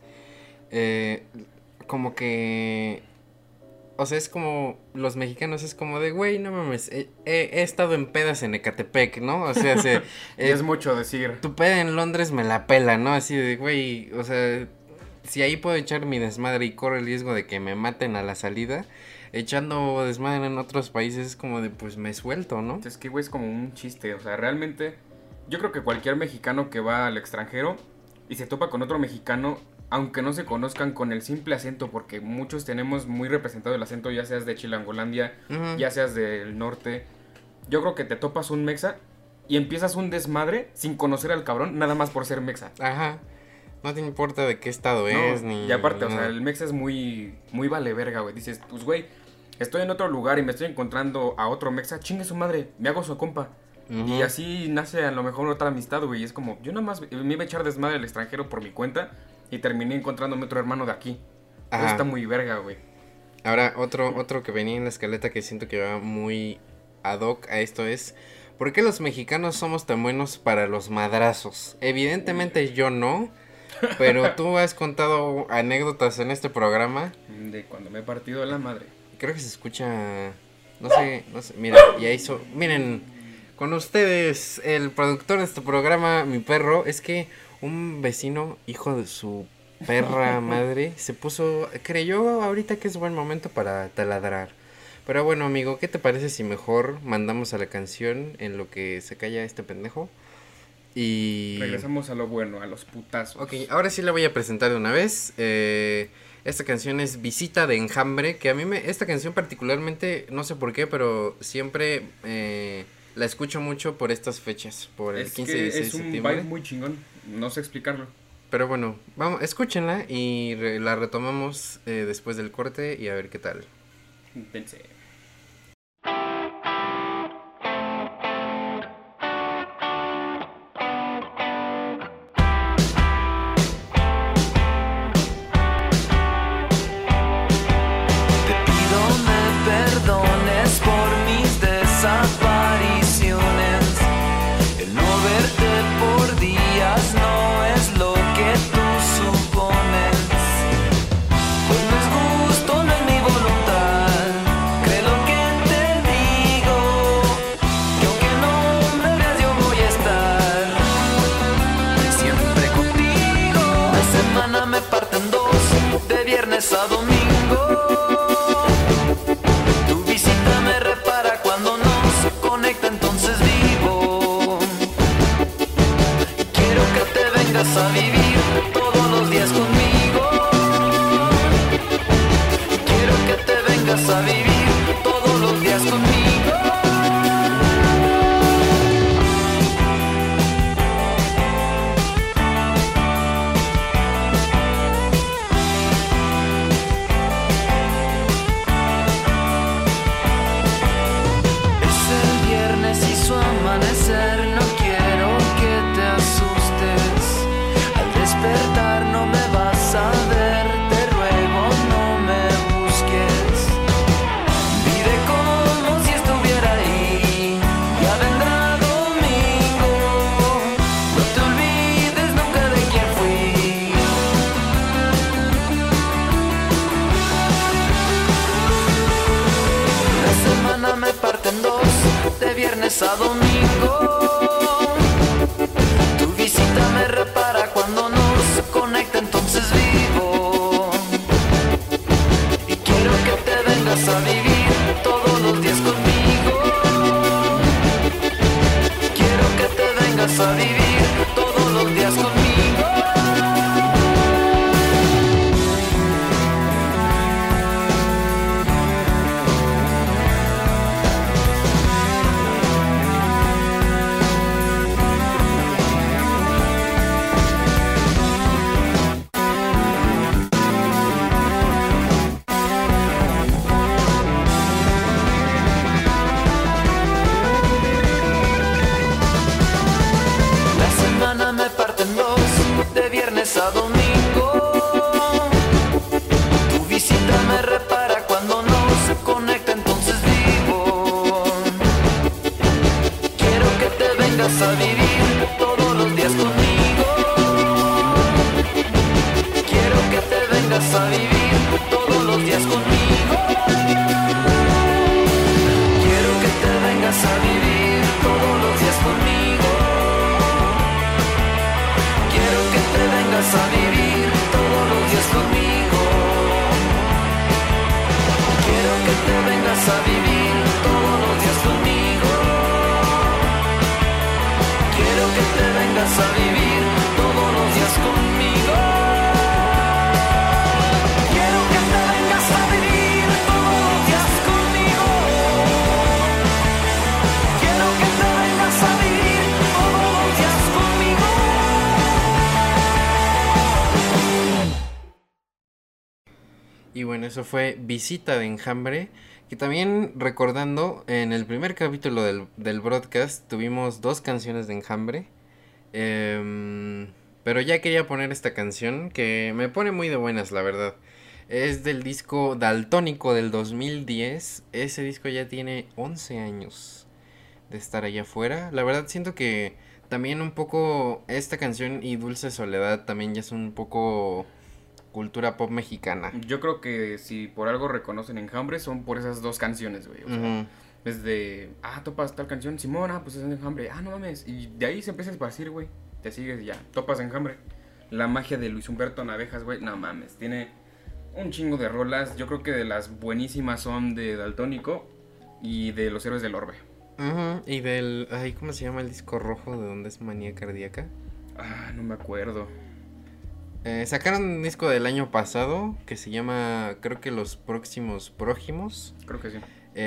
como que, o sea, es como, los mexicanos es como de, güey, no mames, he estado en pedas en Ecatepec, ¿no? O sea, Es mucho decir. tu peda en Londres me la pela, ¿no? Así de, güey, o sea, si ahí puedo echar mi desmadre y corro el riesgo de que me maten a la salida, echando desmadre en otros países es como de, pues me suelto, ¿no? Es que, güey, es como un chiste. O sea, realmente, yo creo que cualquier mexicano que va al extranjero y se topa con otro mexicano, aunque no se conozcan con el simple acento, porque muchos tenemos muy representado el acento, ya seas de Chilangolandia, ya seas del norte, yo creo que te topas un mexa y empiezas un desmadre sin conocer al cabrón, nada más por ser mexa. Ajá. No te importa de qué estado No, es, ni... y aparte, o sea, nada. el mexa es muy vale verga, güey. Dices, pues, güey, estoy en otro lugar y me estoy encontrando a otro mexa, chingue su madre, me hago su compa. Y así nace a lo mejor otra amistad, güey. Es como, yo nada más me iba a echar desmadre al extranjero por mi cuenta y terminé encontrándome otro hermano de aquí. Eso Ajá. está muy verga, güey. Ahora, otro que venía en la escaleta que siento que va muy ad hoc a esto es, ¿por qué los mexicanos somos tan buenos para los madrazos? Evidentemente yo no, pero tú has contado anécdotas en este programa. De cuando me he partido la madre. Creo que se escucha, no sé, mira, ya hizo, miren, con ustedes, el productor de este programa, mi perro, es que un vecino, hijo de su perra madre, creyó ahorita que es buen momento para taladrar. Pero bueno, amigo, ¿qué te parece si mejor mandamos a la canción en lo que se calla este pendejo? Y... Regresamos a lo bueno, a los putazos. Ok, ahora sí la voy a presentar de una vez. Esta canción es Visita de Enjambre, que a mí esta canción particularmente, no sé por qué, pero siempre la escucho mucho por estas fechas, por el 15 y 16 de es un septiembre. vibe muy chingón, no sé explicarlo. Pero bueno, vamos, escúchenla y la retomamos después del corte y a ver qué tal. Pensé. Te pido me perdones por mis desapariciones. El no verte por días no es lo que tú supones. Pues no es gusto, no es mi voluntad. Cree lo que te digo, que aunque no me veas yo voy a estar siempre contigo. La semana me parten dos, de viernes a domingo. Tu visita me repara viernes a domingo. Tu visita me repara cuando nos conecta, entonces vivo. Y quiero que te vengas a vivir todos los días conmigo. Quiero que te vengas a vivir todos los días conmigo. A domingo, tu visita me repara cuando nos conecta, entonces vivo. Quiero que te vengas a vivir todos los días conmigo. Quiero que te vengas a vivir todos los días conmigo. Quiero que te vengas a vivir todos los días conmigo. A vivir todos los días conmigo. Quiero que te vengas a vivir todos los días conmigo. Quiero que te vengas a vivir todos los días conmigo. Quiero que te vengas a vivir todos los días conmigo. Quiero que te vengas a vivir todos los días conmigo. Y bueno, eso fue Visita de Enjambre, que también recordando, en el primer capítulo del broadcast tuvimos 2 canciones de Enjambre, pero ya quería poner esta canción que me pone muy de buenas, la verdad. Es del disco Daltónico del 2010, ese disco ya tiene 11 años de estar allá afuera. La verdad siento que también un poco esta canción y Dulce Soledad también ya son un poco cultura pop mexicana. Yo creo que si por algo reconocen Enjambre son por esas 2 canciones, güey. O sea, desde, topas tal canción, Simona, pues es Enjambre, no mames. Y de ahí se empieza a esparcir, güey. Te sigues ya, topas Enjambre. La magia de Luis Humberto Navejas, güey, no mames. Tiene un chingo de rolas. Yo creo que de las buenísimas son de Daltónico y de Los Héroes del Orbe. Y del, ¿cómo se llama el disco rojo de donde es Manía Cardíaca? No me acuerdo. Sacaron un disco del año pasado que se llama, creo que Los Próximos Prójimos. Creo que sí.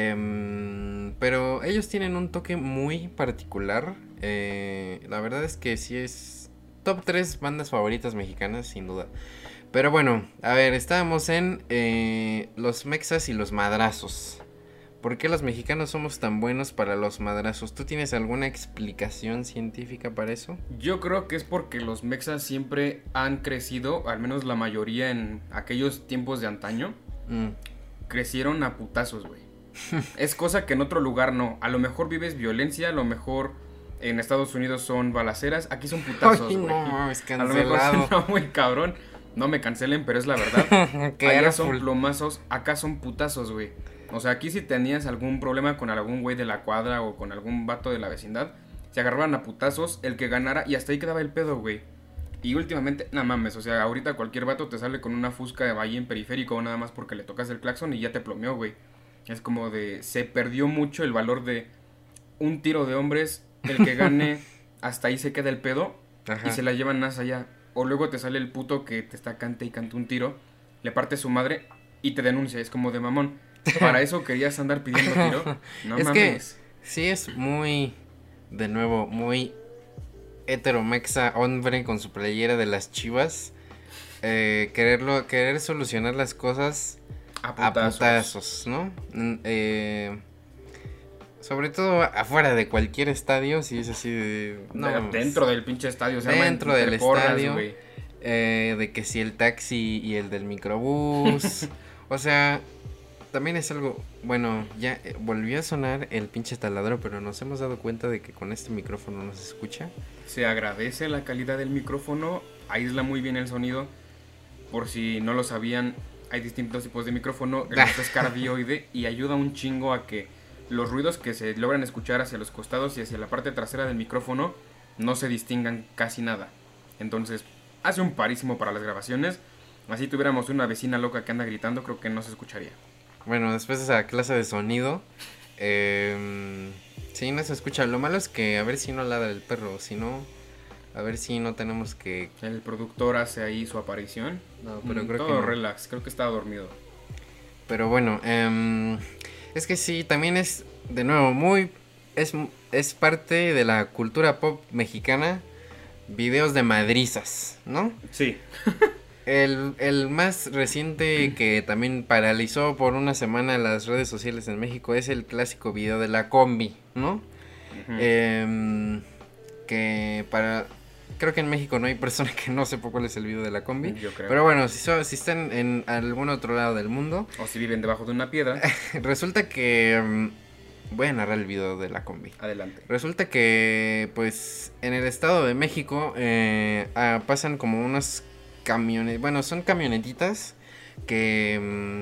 Pero ellos tienen un toque muy particular. La verdad es que sí es top 3 bandas favoritas mexicanas, sin duda. Pero bueno, a ver, estábamos en los mexas y los madrazos. ¿Por qué los mexicanos somos tan buenos para los madrazos? ¿Tú tienes alguna explicación científica para eso? Yo creo que es porque los mexas siempre han crecido, al menos la mayoría en aquellos tiempos de antaño, crecieron a putazos, güey. Es cosa que en otro lugar no. A lo mejor vives violencia, a lo mejor en Estados Unidos son balaceras, aquí son putazos, güey. No, es cancelado. A lo mejor suena muy cabrón, no me cancelen, pero es la verdad. Allá son plomazos, acá son putazos, güey. O sea, aquí si tenías algún problema con algún güey de la cuadra o con algún vato de la vecindad, se agarraban a putazos, el que ganara, y hasta ahí quedaba el pedo, güey. Y últimamente, no mames, o sea, ahorita cualquier vato te sale con una fusca ahí en periférico nada más porque le tocas el claxon y ya te plomeó, güey. Es como de, se perdió mucho el valor de un tiro de hombres, el que gane, hasta ahí se queda el pedo. Ajá. Y se la llevan más allá. O luego te sale el puto que te está cante y cante un tiro, le parte su madre y te denuncia, es como de mamón. Para eso querías andar pidiendo tiro. No es mames. Que sí es muy, de nuevo, muy heteromexa hombre con su playera de las Chivas. Querer solucionar las cosas a putazos, ¿no? Sobre todo afuera de cualquier estadio, si es así de... No, dentro del pinche estadio. Dentro del estadio. De que si el taxi y el del microbús. O sea... También es algo, bueno, ya volvió a sonar el pinche taladro, pero nos hemos dado cuenta de que con este micrófono no se escucha. Se agradece la calidad del micrófono, aísla muy bien el sonido. Por si no lo sabían, hay distintos tipos de micrófono. El nuestro es cardioide y ayuda un chingo a que los ruidos que se logran escuchar hacia los costados y hacia la parte trasera del micrófono no se distingan casi nada. Entonces, hace un parísimo para las grabaciones. Así tuviéramos una vecina loca que anda gritando, creo que no se escucharía. Bueno, después de esa clase de sonido, sí, no se escucha. Lo malo es que a ver si no ladra el perro, si no, a ver si no tenemos que... El productor hace ahí su aparición. No, pero creo todo que no. relax, creo que estaba dormido. Pero bueno, es que sí, también es, de nuevo, es parte de la cultura pop mexicana, videos de madrizas, ¿no? Sí. El más reciente que también paralizó por una semana las redes sociales en México es el clásico video de la combi, ¿no? Uh-huh. Creo que en México no hay persona que no sepa cuál es el video de la combi. Yo creo. Pero bueno, si están en algún otro lado del mundo, O si viven debajo de una piedra. resulta que... voy a narrar el video de la combi. Adelante. Resulta que, pues, en el Estado de México pasan como unas camiones, bueno, son camionetitas que,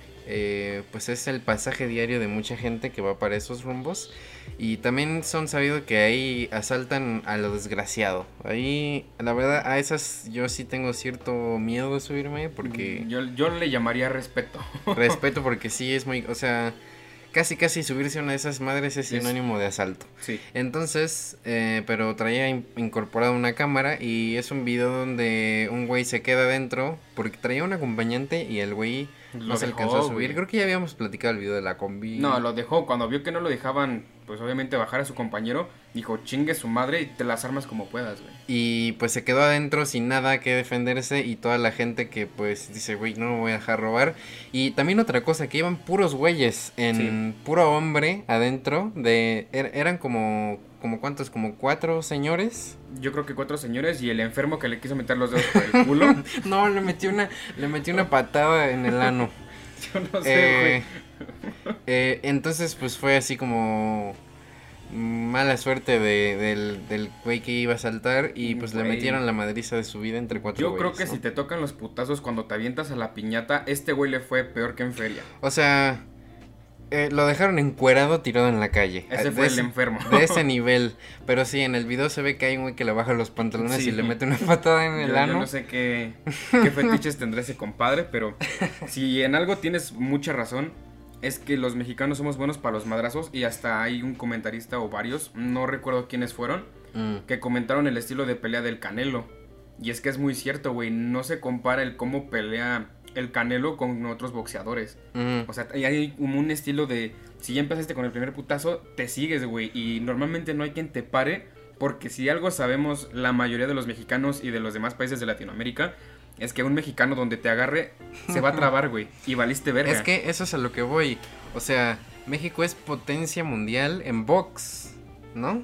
pues, es el pasaje diario de mucha gente que va para esos rumbos. Y también son sabido que ahí asaltan a lo desgraciado. Ahí, la verdad, a esas yo sí tengo cierto miedo de subirme porque... Yo le llamaría respeto. Respeto porque sí es muy, o sea... Casi subirse a una de esas madres es sinónimo de asalto. Sí. Entonces, pero traía incorporada una cámara y es un video donde un güey se queda adentro porque traía un acompañante y el güey no se alcanzó a subir. Güey. Creo que ya habíamos platicado el video de la combi. No, lo dejó. Cuando vio que no lo dejaban, pues obviamente bajar a su compañero, dijo, chingue su madre y te las armas como puedas, güey. Y pues se quedó adentro sin nada que defenderse y toda la gente que pues dice, güey, no me voy a dejar robar. Y también otra cosa, que iban puros güeyes, puro hombre adentro, eran como ¿cuántos? Como 4 señores. Yo creo que 4 señores y el enfermo que le quiso meter los dedos por el culo. No, le metí una patada en el ano. Yo no sé, güey. Entonces pues fue así como mala suerte del güey que iba a saltar y pues le metieron la madriza de su vida entre 4 Yo güeyes. creo que ¿no? si te tocan los putazos cuando te avientas a la piñata, este güey le fue peor que en feria. O sea, lo dejaron encuerado tirado en la calle. Ese fue el enfermo. De ese nivel. Pero sí, en el video se ve que hay un güey que le baja los pantalones Sí. y le mete una patada en el ano. Yo no sé qué fetiches tendrá ese compadre, pero si en algo tienes mucha razón, es que los mexicanos somos buenos para los madrazos y hasta hay un comentarista o varios, no recuerdo quiénes fueron, que comentaron el estilo de pelea del Canelo. Y es que es muy cierto, güey, no se compara el cómo pelea el Canelo con otros boxeadores. O sea, hay como un estilo de, si ya empezaste con el primer putazo, te sigues, güey, y normalmente no hay quien te pare, porque si algo sabemos la mayoría de los mexicanos y de los demás países de Latinoamérica, es que un mexicano donde te agarre se va a trabar, güey, y valiste verga. Es que eso es a lo que voy. O sea, México es potencia mundial en box, ¿no?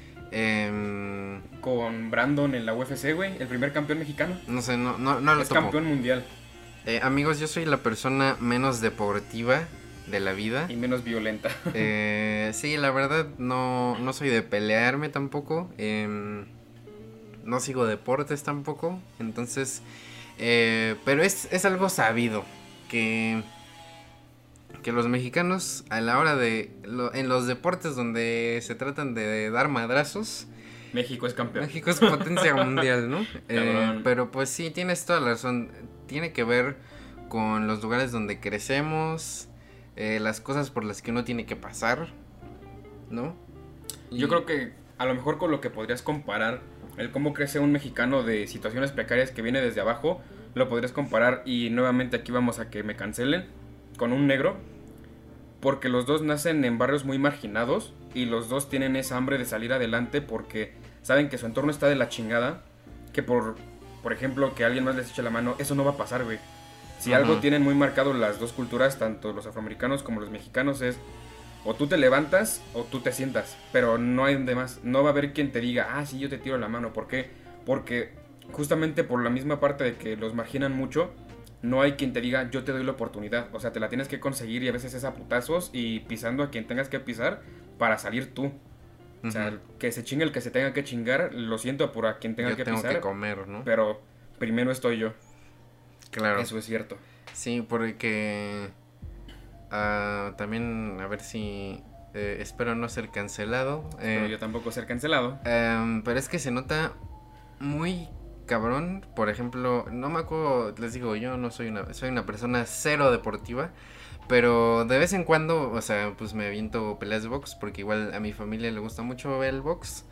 Con Brandon en la UFC, güey, el primer campeón mexicano. No sé, no lo Es topo. campeón mundial Amigos, yo soy la persona menos deportiva de la vida. y menos violenta. Sí, la verdad no soy de pelearme tampoco. No sigo deportes tampoco. Entonces, pero es algo sabido que los mexicanos a la hora en los deportes donde se tratan de dar madrazos, México es campeón. México es potencia mundial, ¿no? Cabrón. Pero pues sí, tienes toda la razón. Tiene que ver con los lugares donde crecemos, las cosas por las que uno tiene que pasar, ¿no? Yo creo que a lo mejor con lo que podrías comparar el cómo crece un mexicano de situaciones precarias que viene desde abajo, lo podrías comparar, y nuevamente aquí vamos a que me cancelen, con un negro, porque los dos nacen en barrios muy marginados y los dos tienen esa hambre de salir adelante porque saben que su entorno está de la chingada, que por ejemplo que alguien más les eche la mano, eso no va a pasar, güey. Si algo tienen muy marcado las dos culturas, tanto los afroamericanos como los mexicanos, es o tú te levantas o tú te sientas, pero no hay de más. No va a haber quien te diga, ah, sí, yo te tiro la mano. ¿Por qué? Porque justamente por la misma parte de que los marginan mucho, no hay quien te diga, yo te doy la oportunidad. O sea, te la tienes que conseguir, y a veces es a putazos y pisando a quien tengas que pisar para salir tú. O sea, que se chingue el que se tenga que chingar, lo siento por a quien tenga yo que tengo pisar. que comer, ¿no? Pero primero estoy yo. Claro. Eso es cierto. Sí, porque también a ver si espero no ser cancelado. Pero yo tampoco ser cancelado. Pero es que se nota muy cabrón. Por ejemplo, no me acuerdo, les digo, yo no soy una persona cero deportiva. Pero de vez en cuando, o sea, pues me aviento peleas de box. Porque igual a mi familia le gusta mucho ver el box.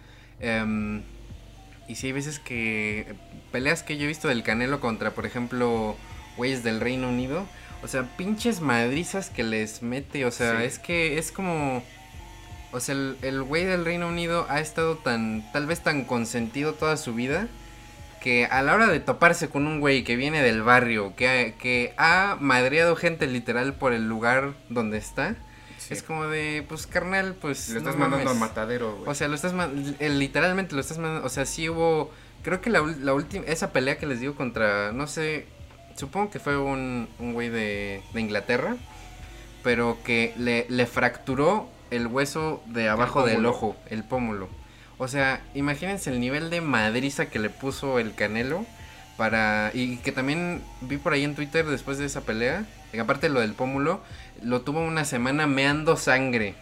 Y sí hay veces que peleas que yo he visto del Canelo contra, por ejemplo, güeyes del Reino Unido. O sea, pinches madrizas que les mete. O sea, sí. Es que es como... O sea, el güey del Reino Unido ha estado tal vez tan consentido toda su vida, que a la hora de toparse con un güey que viene del barrio, que ha madreado gente literal por el lugar donde está, sí. Es como de, pues carnal, pues... Lo estás mandando al matadero, güey. O sea, literalmente lo estás mandando, o sea, sí hubo... Creo que la última, esa pelea que les digo contra, no sé, supongo que fue un güey de Inglaterra, pero que le fracturó el hueso de abajo del ojo, el pómulo. O sea, imagínense el nivel de madriza que le puso el Canelo y que también vi por ahí en Twitter después de esa pelea, que aparte de lo del pómulo, lo tuvo una semana meando sangre.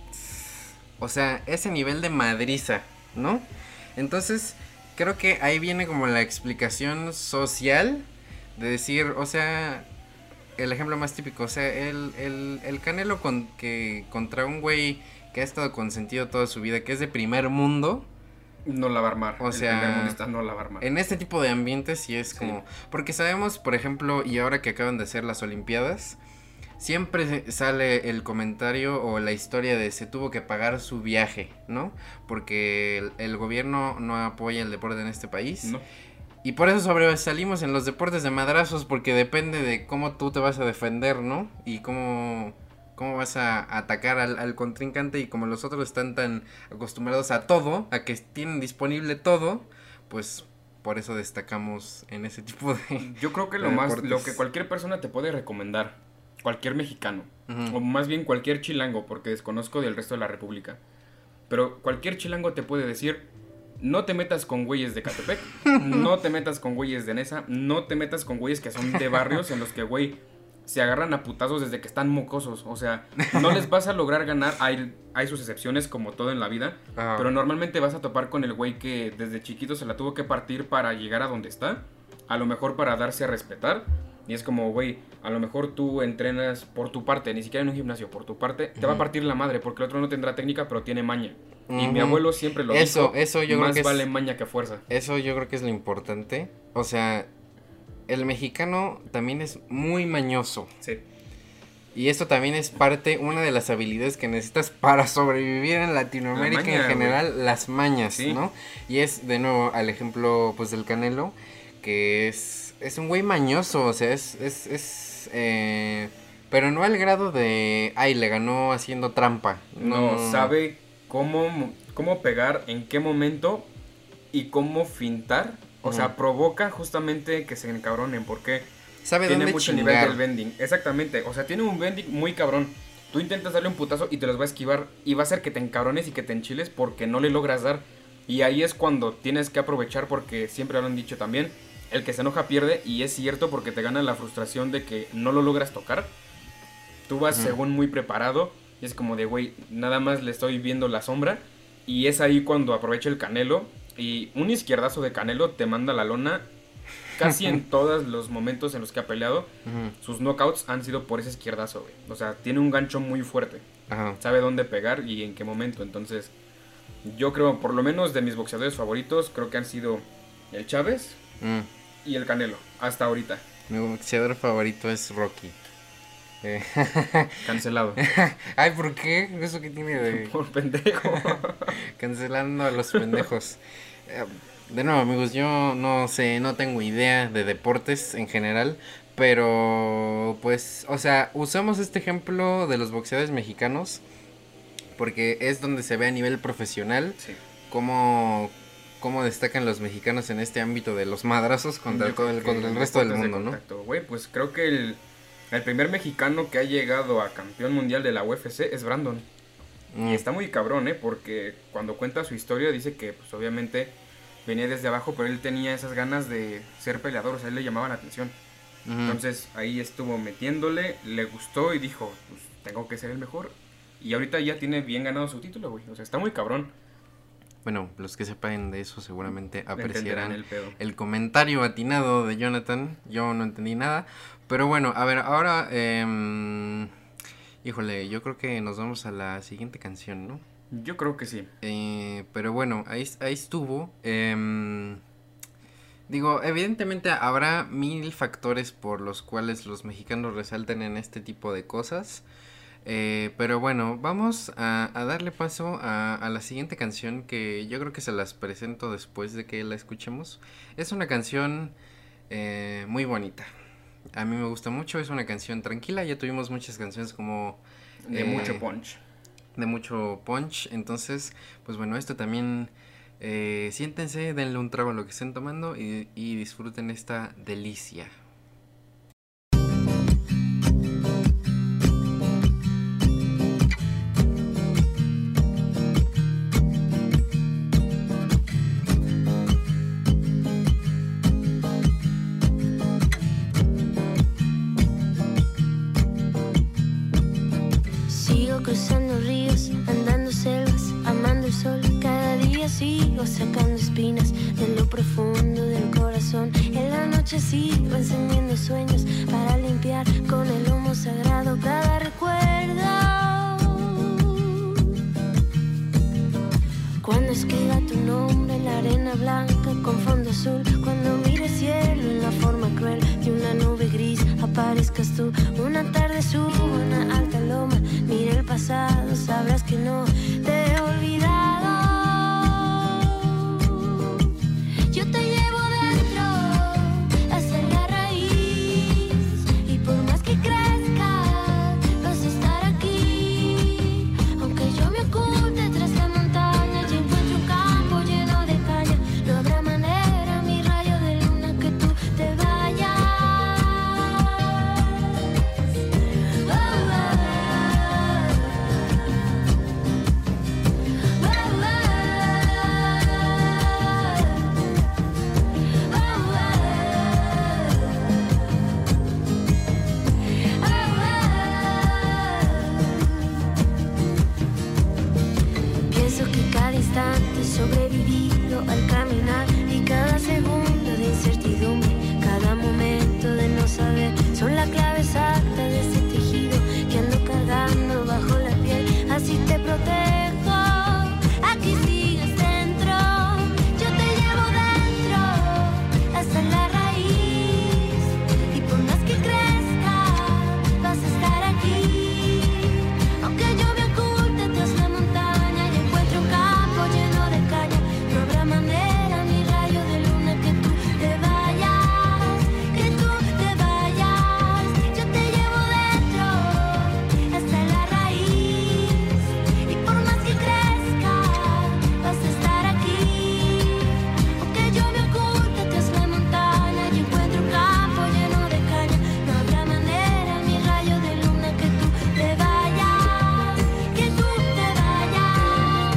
O sea, ese nivel de madriza, ¿no? Entonces, creo que ahí viene como la explicación social de decir, o sea... El ejemplo más típico, o sea, el Canelo contra un güey que ha estado consentido toda su vida, que es de primer mundo. No la va a armar. O sea, el primer mundista no la va a armar. En este tipo de ambientes sí es como... Porque sabemos, por ejemplo, y ahora que acaban de ser las Olimpiadas, siempre sale el comentario o la historia de se tuvo que pagar su viaje, ¿no? Porque el gobierno no apoya el deporte en este país. No. Y por eso sobresalimos en los deportes de madrazos, porque depende de cómo tú te vas a defender, ¿no? Y cómo vas a atacar al contrincante, y como los otros están tan acostumbrados a todo, a que tienen disponible todo, pues por eso destacamos en ese tipo de... Yo creo que lo que cualquier persona te puede recomendar, cualquier mexicano, o más bien cualquier chilango, porque desconozco del resto de la república, pero cualquier chilango te puede decir... No te metas con güeyes de Catepec, no te metas con güeyes de Nesa, no te metas con güeyes que son de barrios en los que, güey, se agarran a putazos desde que están mocosos. O sea, no les vas a lograr ganar, hay sus excepciones como todo en la vida, pero normalmente vas a topar con el güey que desde chiquito se la tuvo que partir para llegar a donde está, a lo mejor para darse a respetar. Y es como, güey, a lo mejor tú entrenas por tu parte, ni siquiera en un gimnasio, por tu parte, te va a partir la madre, porque el otro no tendrá técnica, pero tiene maña. Y mi abuelo siempre lo dijo, eso yo más creo que vale maña que fuerza. Eso yo creo que es lo importante. O sea, el mexicano también es muy mañoso. Sí. Y esto también es una de las habilidades que necesitas para sobrevivir en Latinoamérica en general, güey. Las mañas, sí. ¿No? Y es, de nuevo, al ejemplo, pues, del Canelo, que es un güey mañoso, o sea, pero no al grado de, le ganó haciendo trampa. No, sabe cómo pegar, en qué momento y cómo fintar. O sea, provoca justamente que se encabronen, porque sabe tiene dónde mucho chingar. Nivel del bending. Exactamente, o sea, tiene un bending muy cabrón. Tú intentas darle un putazo y te los va a esquivar y va a hacer que te encabrones y que te enchiles porque no le logras dar. Y ahí es cuando tienes que aprovechar, porque siempre lo han dicho también, el que se enoja pierde, y es cierto, porque te gana la frustración de que no lo logras tocar. Tú vas según muy preparado y es como de, güey, nada más le estoy viendo la sombra. Y es ahí cuando aprovecha el Canelo, y un izquierdazo de Canelo te manda a la lona. Casi en todos los momentos en los que ha peleado, sus knockouts han sido por ese izquierdazo, güey. O sea, tiene un gancho muy fuerte. Sabe dónde pegar y en qué momento. Entonces, yo creo, por lo menos de mis boxeadores favoritos, creo que han sido el Chávez y el Canelo, hasta ahorita. Mi boxeador favorito es Rocky. Cancelado. Ay, ¿por qué? ¿Eso qué tiene de...? Por pendejo. Cancelando a los pendejos. De nuevo, amigos, yo no sé, no tengo idea de deportes en general, pero pues, o sea, usamos este ejemplo de los boxeadores mexicanos porque es donde se ve a nivel profesional cómo destacan los mexicanos en este ámbito de los madrazos contra el resto del mundo, ¿no? Güey, pues creo que el primer mexicano que ha llegado a campeón mundial de la UFC es Brandon. Y está muy cabrón, porque cuando cuenta su historia dice que, pues obviamente venía desde abajo, pero él tenía esas ganas de ser peleador, o sea, él le llamaba la atención. Entonces ahí estuvo metiéndole, le gustó y dijo, pues tengo que ser el mejor. Y ahorita ya tiene bien ganado su título, güey. O sea, está muy cabrón. Bueno, los que sepan de eso seguramente Entenderán apreciarán el pedo. el comentario atinado de Jonathan. Yo no entendí nada. Pero bueno, a ver, ahora... híjole, yo creo que nos vamos a la siguiente canción, ¿no? Yo creo que sí. Pero bueno, ahí estuvo. Digo, evidentemente habrá 1000 factores por los cuales los mexicanos resaltan en este tipo de cosas. Pero bueno, vamos a darle paso a la siguiente canción, que yo creo que se las presento después de que la escuchemos. Es una canción muy bonita. A mí me gusta mucho, es una canción tranquila. Ya tuvimos muchas canciones como... De mucho punch. De mucho punch. Entonces, pues bueno, esto también... siéntense, denle un trago a lo que estén tomando y disfruten esta delicia. Sigo cruzando ríos, andando selvas, amando el sol. Cada día sigo sacando espinas de lo profundo del corazón. En la noche sigo encendiendo sueños para limpiar con el humo sagrado cada recuerdo. Cuando escriba tu nombre en la arena blanca con fondo azul, cuando mire el cielo en la forma cruel de una nube gris, aparezcas tú. Una tarde subo a una alta loma, mira el pasado, sabrás que no te he olvidado. Yo te llevo dentro hasta la raíz, y por más que crezca vas a estar aquí. Aunque yo me oculte tras la montaña y encuentre un campo lleno de caña, no habrá manera, mi rayo de luna, que tú te vayas. Pienso que cada instante he sobrevivido al caminar, y cada segundo de incertidumbre, cada momento de no saber, son la clave exacta de ese tejido que ando cargando bajo la piel. Así te protejo, aquí sigues dentro. Yo te llevo dentro hasta la raíz, y por más que crezca vas a estar aquí. Aunque yo me oculte tras la montaña y encuentre un campo lleno de caña, no habrá manera, mi rayo de luna, que tú te vayas, que tú te vayas. Yo te llevo dentro hasta la raíz, y por más que crezca vas a estar aquí. Aunque yo me oculte tras la montaña y encuentre un campo lleno de caña, no habrá manera, mi rayo de luna, que tú te vayas, que tú te vayas.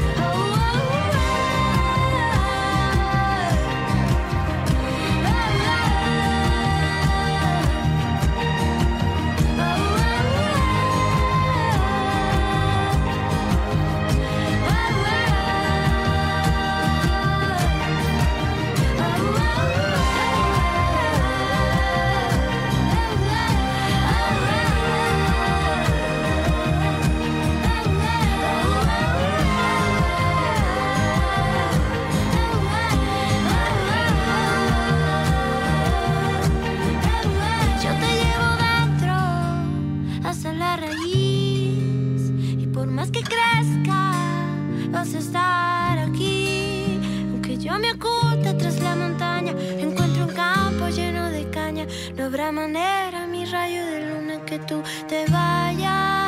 Yo te llevo dentro hasta la raíz, y por más que crezca vas a estar aquí. Aunque yo me oculte tras la montaña, encuentro un campo lleno de caña, no habrá manera, mi rayo de luna, que tú te vayas.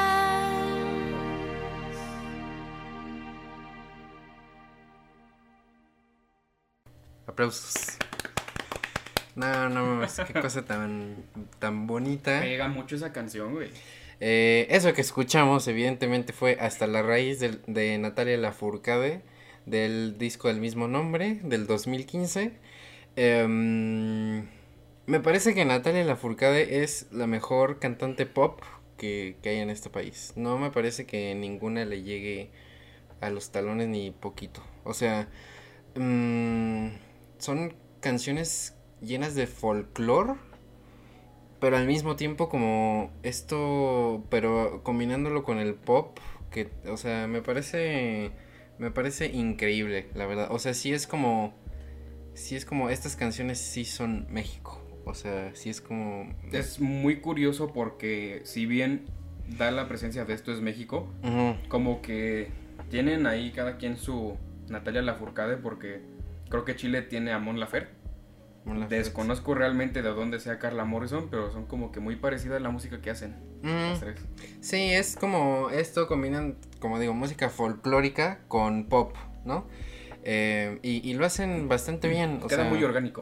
Aplausos. No, es qué cosa tan bonita. Pega mucho esa canción, güey. Eso que escuchamos, evidentemente, fue Hasta la raíz de Natalia Lafourcade, del disco del mismo nombre, del 2015. Me parece que Natalia Lafourcade es la mejor cantante pop que hay en este país. No me parece que ninguna le llegue a los talones ni poquito. O sea, son canciones llenas de folclore, pero al mismo tiempo como esto, pero combinándolo con el pop, que, o sea, me parece increíble, la verdad. O sea, sí es como estas canciones sí son México. O sea, sí es como... Es muy curioso porque si bien da la presencia de Esto es México, como que tienen ahí cada quien su Natalia Lafourcade, porque creo que Chile tiene a Mon Laferte. Desconozco realmente de dónde sea Carla Morrison, pero son como que muy parecidas la música que hacen las tres. Sí, es como esto combinan, como digo, música folclórica con pop, ¿no? Y lo hacen bastante bien. Queda muy orgánico.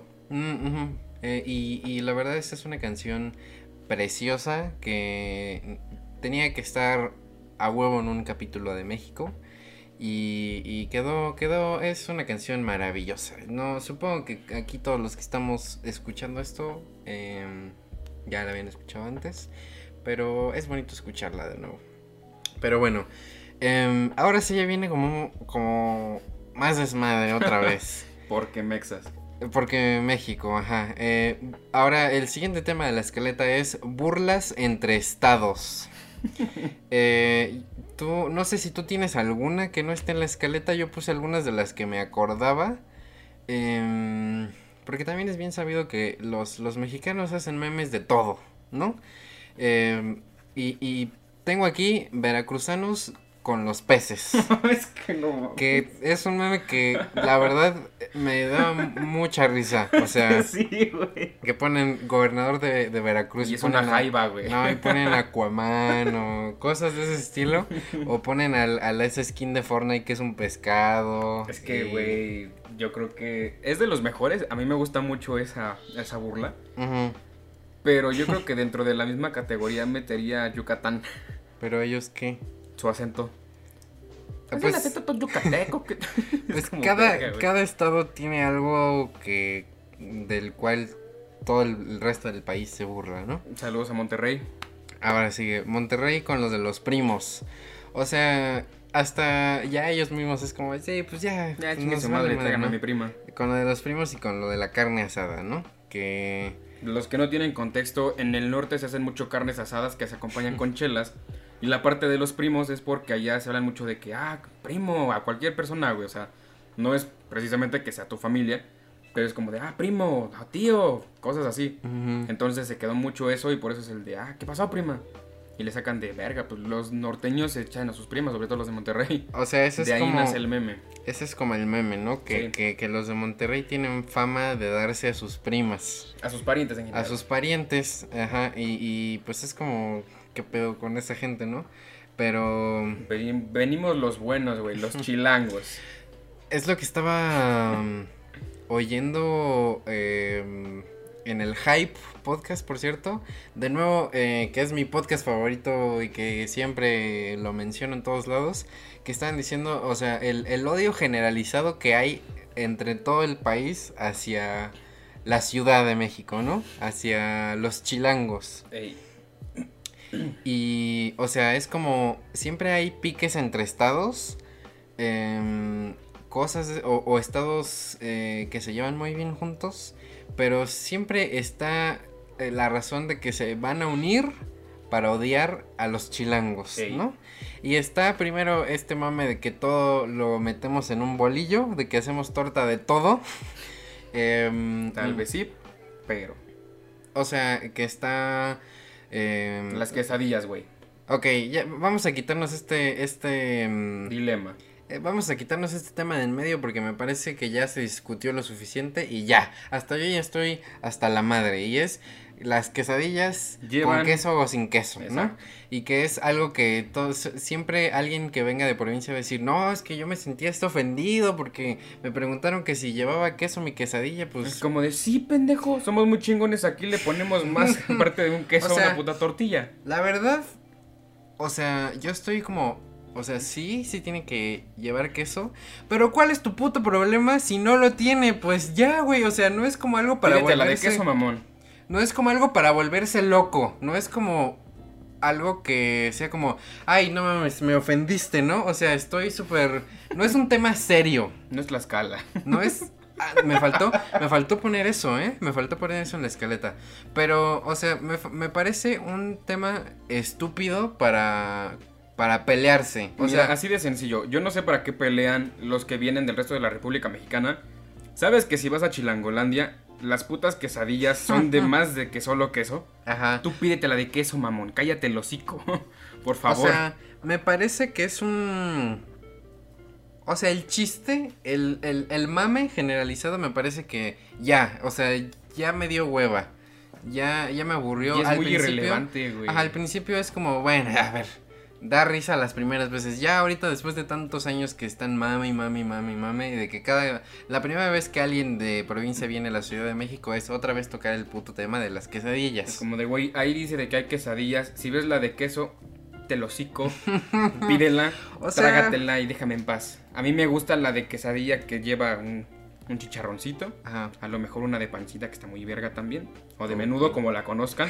Y la verdad esta es una canción preciosa que tenía que estar a huevo en un capítulo de México. Y quedó, es una canción maravillosa. No, supongo que aquí todos los que estamos escuchando esto ya la habían escuchado antes, pero es bonito escucharla de nuevo. Pero bueno, ahora sí ya viene como más desmadre otra vez. Porque Mexas. Porque México, ajá. Ahora el siguiente tema de la escaleta es burlas entre estados. Tú, no sé si tú tienes alguna que no esté en la escaleta. Yo puse algunas de las que me acordaba. Porque también es bien sabido que los mexicanos hacen memes de todo, ¿no? Y tengo aquí veracruzanos con los peces. Es que no. Que es un meme que la verdad me da mucha risa. O sea, sí, güey. Que ponen gobernador de Veracruz. Y es una jaiba, güey. No, y ponen Aquaman o cosas de ese estilo. O ponen a ese skin de Fortnite que es un pescado. Es que, güey, yo creo que es de los mejores. A mí me gusta mucho esa burla. Pero yo creo que dentro de la misma categoría metería Yucatán. ¿Pero ellos qué? Su acento. Pues, el acento todo yucateco. Pues cada estado tiene algo del cual todo el resto del país se burla, ¿no? Saludos a Monterrey. Ahora sigue Monterrey con los de los primos. O sea, hasta ya ellos mismos es como, sí, pues ya chingue su madre, traigan a mi prima. Con lo de los primos y con lo de la carne asada, ¿no? Que... Los que no tienen contexto, en el norte se hacen mucho carnes asadas que se acompañan con chelas. Y la parte de los primos es porque allá se hablan mucho de que, primo, a cualquier persona, güey. O sea, no es precisamente que sea tu familia, pero es como de, primo, tío, cosas así. Entonces se quedó mucho eso y por eso es el de, ¿qué pasó, prima? Y le sacan de verga, pues los norteños se echan a sus primas, sobre todo los de Monterrey. O sea, ese es de ahí como... nace el meme. Ese es como el meme, ¿no? Que, sí. que los de Monterrey tienen fama de darse a sus primas. A sus parientes en general. A sus parientes, ajá, y pues es como... ¿Qué pedo con esa gente, no? Pero... Venimos los buenos, güey, los chilangos. Es lo que estaba oyendo en el Hype podcast, por cierto. De nuevo, que es mi podcast favorito y que siempre lo menciono en todos lados. Que estaban diciendo, o sea, el odio generalizado que hay entre todo el país hacia la Ciudad de México, ¿no? Hacia los chilangos. Ey. Y, o sea, es como, siempre hay piques entre estados, cosas, o estados que se llevan muy bien juntos, pero siempre está la razón de que se van a unir para odiar a los chilangos, ¿no? Y está primero este mame de que todo lo metemos en un bolillo, de que hacemos torta de todo. Tal vez sí, pero... O sea, que está... las quesadillas, güey. Ok, ya vamos a quitarnos este dilema. Vamos a quitarnos este tema de en medio porque me parece que ya se discutió lo suficiente y ya. Hasta yo ya estoy hasta la madre. Y es las quesadillas con queso o sin queso, ¿no? Y que es algo que siempre alguien que venga de provincia va a decir, no, es que yo me sentía ofendido porque me preguntaron que si llevaba queso mi quesadilla, pues... Es como de, sí, pendejo, somos muy chingones, aquí le ponemos más parte de un queso a una puta tortilla. La verdad, o sea, yo estoy como... O sea, sí tiene que llevar queso. Pero ¿cuál es tu puto problema si no lo tiene? Pues ya, güey, o sea, no es como algo para volverse... la de queso, mamón. No es como algo para volverse loco. No es como... algo que sea como, ay, no mames, me ofendiste, ¿no? O sea, estoy súper, no es un tema serio. No es Tlaxcala. No es, me faltó poner eso, me faltó poner eso en la escaleta. Pero, o sea, me parece un tema estúpido para pelearse. O Mira, sea, así de sencillo. Yo no sé para qué pelean los que vienen del resto de la República Mexicana. Sabes que si vas a Chilangolandia, las putas quesadillas son de más de que solo queso. ajá. Tú pídete la de queso, mamón. Cállate el hocico. Por favor. O sea, me parece que es un... O sea, el chiste, el mame generalizado me parece que ya, o sea, ya me dio hueva. Ya me aburrió. Y es al muy principio, irrelevante, güey. Ajá, al principio es como, bueno, a ver, da risa las primeras veces. Ya ahorita después de tantos años que están mame, de que la primera vez que alguien de provincia viene a la Ciudad de México es otra vez tocar el puto tema de las quesadillas. Es como de, güey, ahí dice de que hay quesadillas. Si ves la de queso, te lo hocico, pídela, O sea... trágatela y déjame en paz. A mí me gusta la de quesadilla que lleva un chicharroncito. Ajá. A lo mejor una de pancita que está muy verga también. O de menudo, como la conozcan.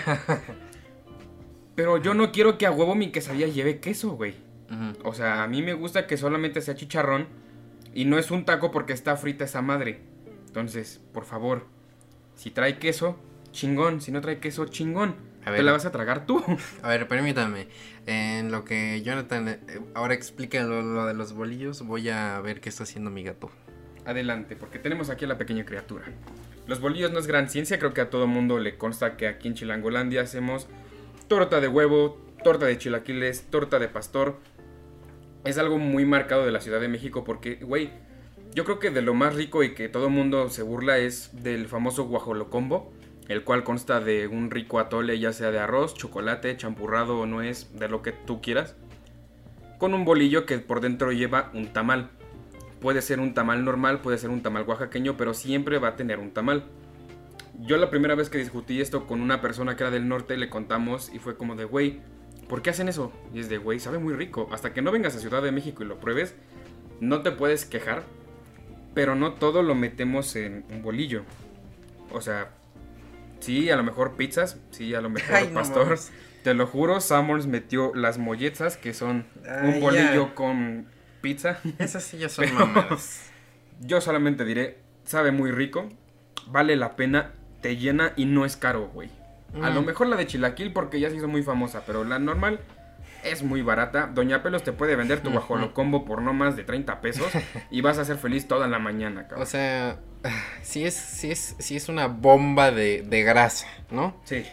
Pero yo no quiero que a huevo mi quesadilla lleve queso, güey. Ujú. O sea, a mí me gusta que solamente sea chicharrón. Y no es un taco porque está frita esa madre. Entonces, por favor, si trae queso, chingón. Si no trae queso, chingón. A ver. ¿Te la vas a tragar tú? A ver, permítame. En lo que Jonathan ahora explica lo de los bolillos, voy a ver qué está haciendo mi gato. Adelante, porque tenemos aquí a la pequeña criatura. Los bolillos no es gran ciencia. Creo que a todo mundo le consta que aquí en Chilangolandia hacemos torta de huevo, torta de chilaquiles, torta de pastor. Es algo muy marcado de la Ciudad de México porque, güey, yo creo que de lo más rico y que todo mundo se burla es del famoso guajolocombo, el cual consta de un rico atole, ya sea de arroz, chocolate, champurrado o nuez, de lo que tú quieras, con un bolillo que por dentro lleva un tamal. Puede ser un tamal normal, puede ser un tamal oaxaqueño, pero siempre va a tener un tamal. Yo la primera vez que discutí esto con una persona que era del norte, le contamos y fue como de, güey, ¿por qué hacen eso? Y es de, güey, sabe muy rico. Hasta que no vengas a Ciudad de México y lo pruebes, no te puedes quejar, pero no todo lo metemos en un bolillo. O sea, sí, a lo mejor pizzas, sí, a lo mejor Ay, no pastor. mames. Te lo juro, Summers metió las molletas, que son Ay, un bolillo ya. con pizza. Esas sí ya son Pero- mamadas. Yo solamente diré, sabe muy rico, vale la pena, te llena y no es caro, güey. A lo mejor la de chilaquil porque ya se hizo muy famosa, pero la normal es muy barata. Doña Pelos te puede vender tu guajolocombo por no más de 30 pesos y vas a ser feliz toda la mañana, cabrón. O sea, sí es una bomba de grasa, ¿no? Sí.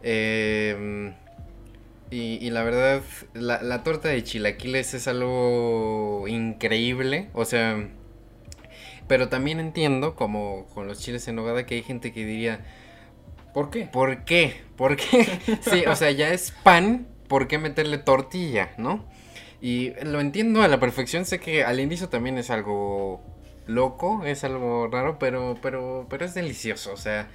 Y la verdad, la torta de chilaquiles es algo increíble, o sea, pero también entiendo, como con los chiles en nogada, que hay gente que diría, ¿Por qué? ¿por qué? ¿Por qué? Sí, o sea, ya es pan, ¿por qué meterle tortilla, no? Y lo entiendo a la perfección, sé que al inicio también es algo loco, es algo raro, pero es delicioso, o sea,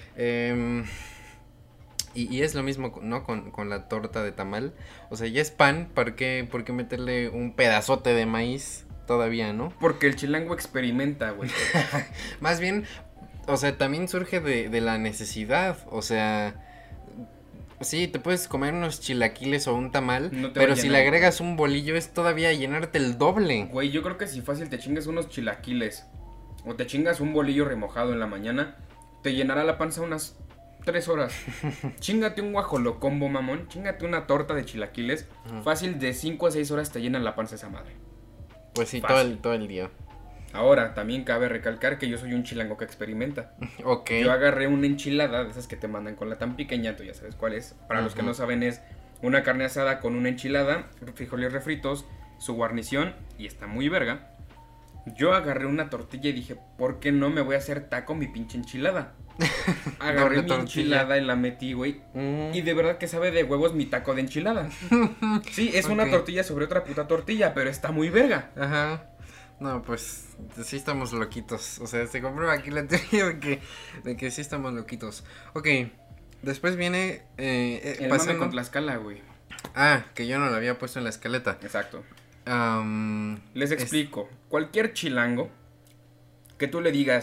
y es lo mismo, ¿no? Con la torta de tamal, o sea, ya es pan, ¿por qué meterle un pedazote de maíz todavía, no? Porque el chilango experimenta, güey. Más bien, o sea, también surge de la necesidad, o sea, sí, te puedes comer unos chilaquiles o un tamal, No te va pero a si llenar. le agregas un bolillo es todavía llenarte el doble. Güey, yo creo que si fácil te chingas unos chilaquiles o te chingas un bolillo remojado en la mañana, te llenará la panza unas 3 horas. Chíngate un guajolocombo, mamón. Chíngate una torta de chilaquiles. Fácil de 5 a 6 horas te llenan la panza esa madre. Pues sí, Fácil. todo el día. Ahora, también cabe recalcar que yo soy un chilango que experimenta. Ok. Yo agarré una enchilada de esas que te mandan con la tan pequeña, tú ya sabes cuál es. Para los que no saben, es una carne asada con una enchilada, frijoles refritos, su guarnición, y está muy verga. Yo agarré una tortilla y dije, ¿por qué no me voy a hacer taco mi pinche enchilada? Agarré Doble mi tortilla. enchilada y la metí, güey. Y de verdad que sabe de huevos mi taco de enchilada. Sí, es una Ok. tortilla sobre otra puta tortilla, pero está muy verga. Ajá. No, pues sí estamos loquitos. O sea, se comprueba aquí la teoría de que sí estamos loquitos. Ok, después viene El mame pasando... con Tlaxcala, güey. Ah, que yo no lo había puesto en la escaleta. Exacto. Am, Les explico. Cualquier chilango que tú le digas,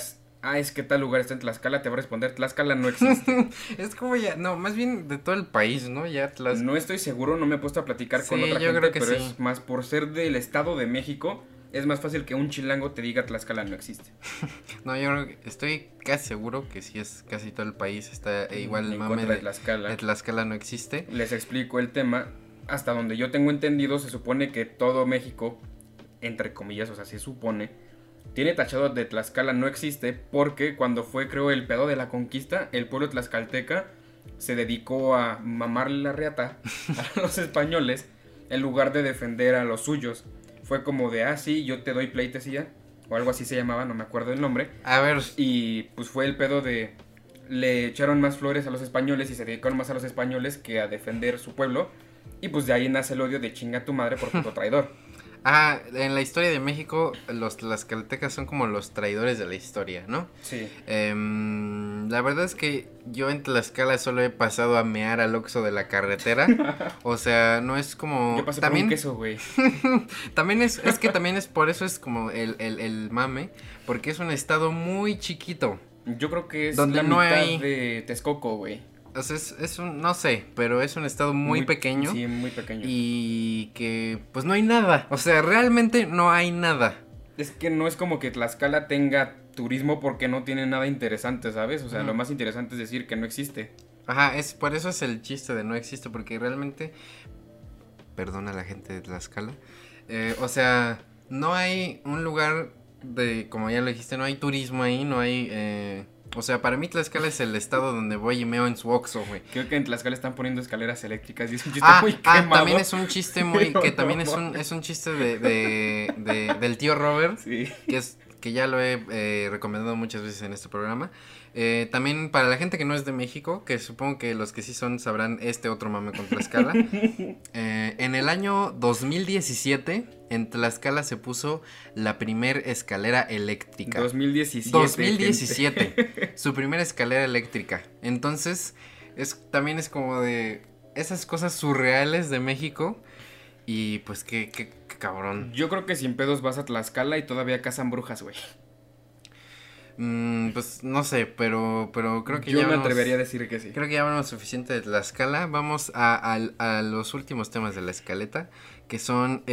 es que tal lugar está en Tlaxcala, te va a responder, Tlaxcala no existe. Es como ya, no, más bien de todo el país, ¿no? Ya No estoy seguro, no me he puesto a platicar con Sí, otra yo gente, creo que pero sí. es más por ser del Estado de México, es más fácil que un chilango te diga Tlaxcala no existe. No, yo creo que estoy casi seguro que sí es casi todo el país, está igual el En mame contra de Tlaxcala. de Tlaxcala no existe. Les explico el tema. Hasta donde yo tengo entendido, se supone que todo México, entre comillas, o sea, se supone, tiene tachado de Tlaxcala no existe porque cuando fue, creo, el pedo de la conquista, el pueblo tlaxcalteca se dedicó a mamarle la reata a los españoles en lugar de defender a los suyos. Fue como de, sí, yo te doy pleitesía, o algo así se llamaba, no me acuerdo el nombre. A ver, Y pues fue el pedo de, le echaron más flores a los españoles y se dedicaron más a los españoles que a defender su pueblo. Y pues de ahí nace el odio de chinga tu madre por puto traidor. en la historia de México, los tlaxcaltecas son como los traidores de la historia, ¿no? Sí. La verdad es que yo en Tlaxcala solo he pasado a mear al Oxxo de la carretera. O sea, no es como... Yo pasé por un queso, güey. También es que también es por eso es como el mame, porque es un estado muy chiquito. Yo creo que es Donde la no mitad hay- de Texcoco, güey. O sea, es un, no sé, pero es un estado muy pequeño. Sí, muy pequeño. Y que pues no hay nada. O sea, realmente no hay nada. Es que no es como que Tlaxcala tenga turismo porque no tiene nada interesante, ¿sabes? O sea, lo más interesante es decir que no existe. Ajá, por eso es el chiste de no existe, porque realmente, perdona a la gente de Tlaxcala, o sea, no hay un lugar de, como ya lo dijiste, no hay turismo ahí, no hay, o sea, para mí Tlaxcala es el estado donde voy y meo en su Oxxo, güey. Creo que en Tlaxcala están poniendo escaleras eléctricas y es un chiste muy quemado. También es un chiste muy, Pero que también no es un chiste del tío Robert, Sí. que ya lo he recomendado muchas veces en este programa. También para la gente que no es de México, que supongo que los que sí son sabrán este otro mame con Tlaxcala. En el año 2017, en Tlaxcala se puso la primer escalera eléctrica. 2017, su primera escalera eléctrica. Entonces, también es como de esas cosas surreales de México. Y pues qué cabrón. Yo creo que sin pedos vas a Tlaxcala y todavía cazan brujas, güey. Pues no sé, pero creo que Yo ya me hablamos- atrevería a decir que sí. Creo que ya hablamos suficiente de Tlaxcala. Vamos a los últimos temas de la escaleta, que son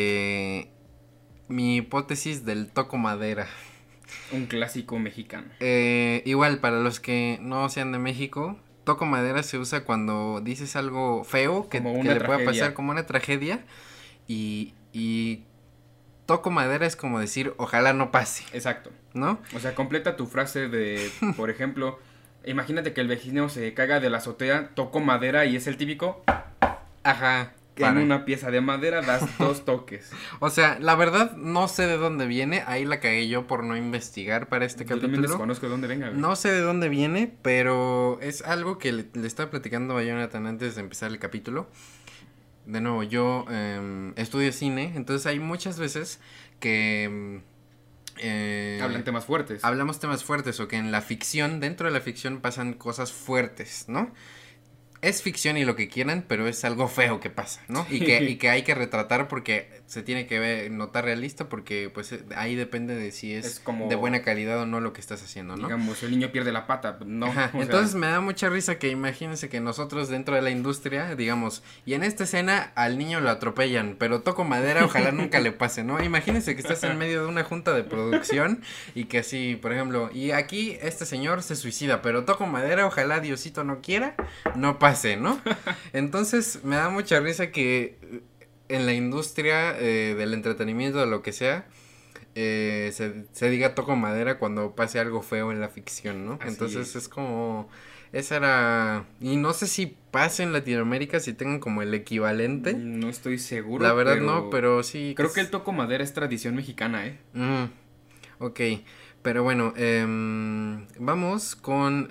mi hipótesis del toco madera. Un clásico mexicano. Igual, para los que no sean de México, toco madera se usa cuando dices algo feo que Como le una pueda tragedia. pasar como una tragedia. Y toco madera es como decir, ojalá no pase, Exacto. ¿no? O sea, completa tu frase de, por ejemplo, imagínate que el vecino se caiga de la azotea, toco madera y es el típico Ajá. que en una pieza de madera das 2 toques. O sea, la verdad no sé de dónde viene, ahí la cagué yo por no investigar para este Yo también capítulo. desconozco de dónde venga, güey. No sé de dónde viene, pero es algo que le estaba platicando a Jonathan antes de empezar el capítulo. De nuevo, yo estudio cine, entonces hay muchas veces que Hablan temas fuertes. hablamos temas fuertes o que en la ficción, dentro de la ficción pasan cosas fuertes, ¿no? Es ficción y lo que quieran, pero es algo feo que pasa, ¿no? Sí. Y que hay que retratar porque se tiene que notar realista porque pues ahí depende de si es como- de buena calidad o no lo que estás haciendo, ¿no? Digamos, el niño pierde la pata, no. Ajá, o sea, entonces me da mucha risa que imagínense que nosotros dentro de la industria, digamos, y en esta escena al niño lo atropellan, pero toco madera, ojalá nunca le pase, ¿no? Imagínense que estás en medio de una junta de producción y que así, por ejemplo, y aquí este señor se suicida, pero toco madera, ojalá Diosito no quiera, no pase, ¿no? Entonces me da mucha risa que en la industria del entretenimiento, de lo que sea, se diga toco madera cuando pase algo feo en la ficción, ¿no? Así Entonces es. es como, esa era, y no sé si pasa en Latinoamérica, si tengan como el equivalente, no estoy seguro. la verdad no, pero sí. Creo que el toco madera es tradición mexicana, ¿eh? Ok, pero bueno, vamos con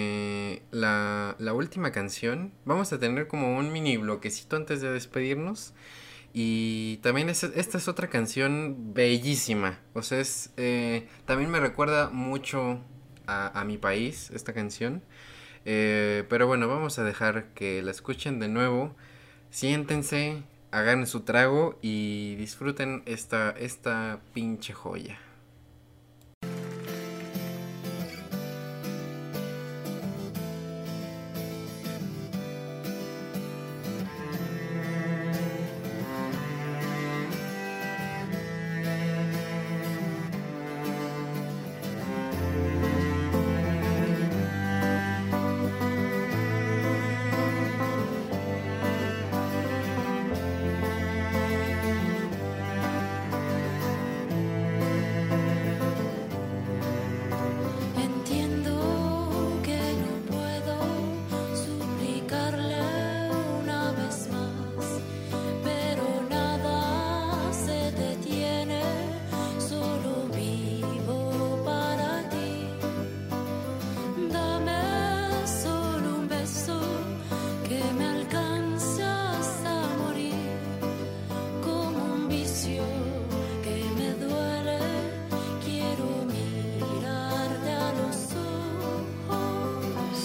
la última canción. Vamos a tener como un mini bloquecito antes de despedirnos. Y también esta es otra canción bellísima. O sea, también me recuerda mucho a mi país, esta canción. Pero bueno, vamos a dejar que la escuchen de nuevo. Siéntense, hagan su trago y disfruten esta pinche joya. que me alcance hasta morir, como un vicio que me duele. Quiero mirarte a los ojos.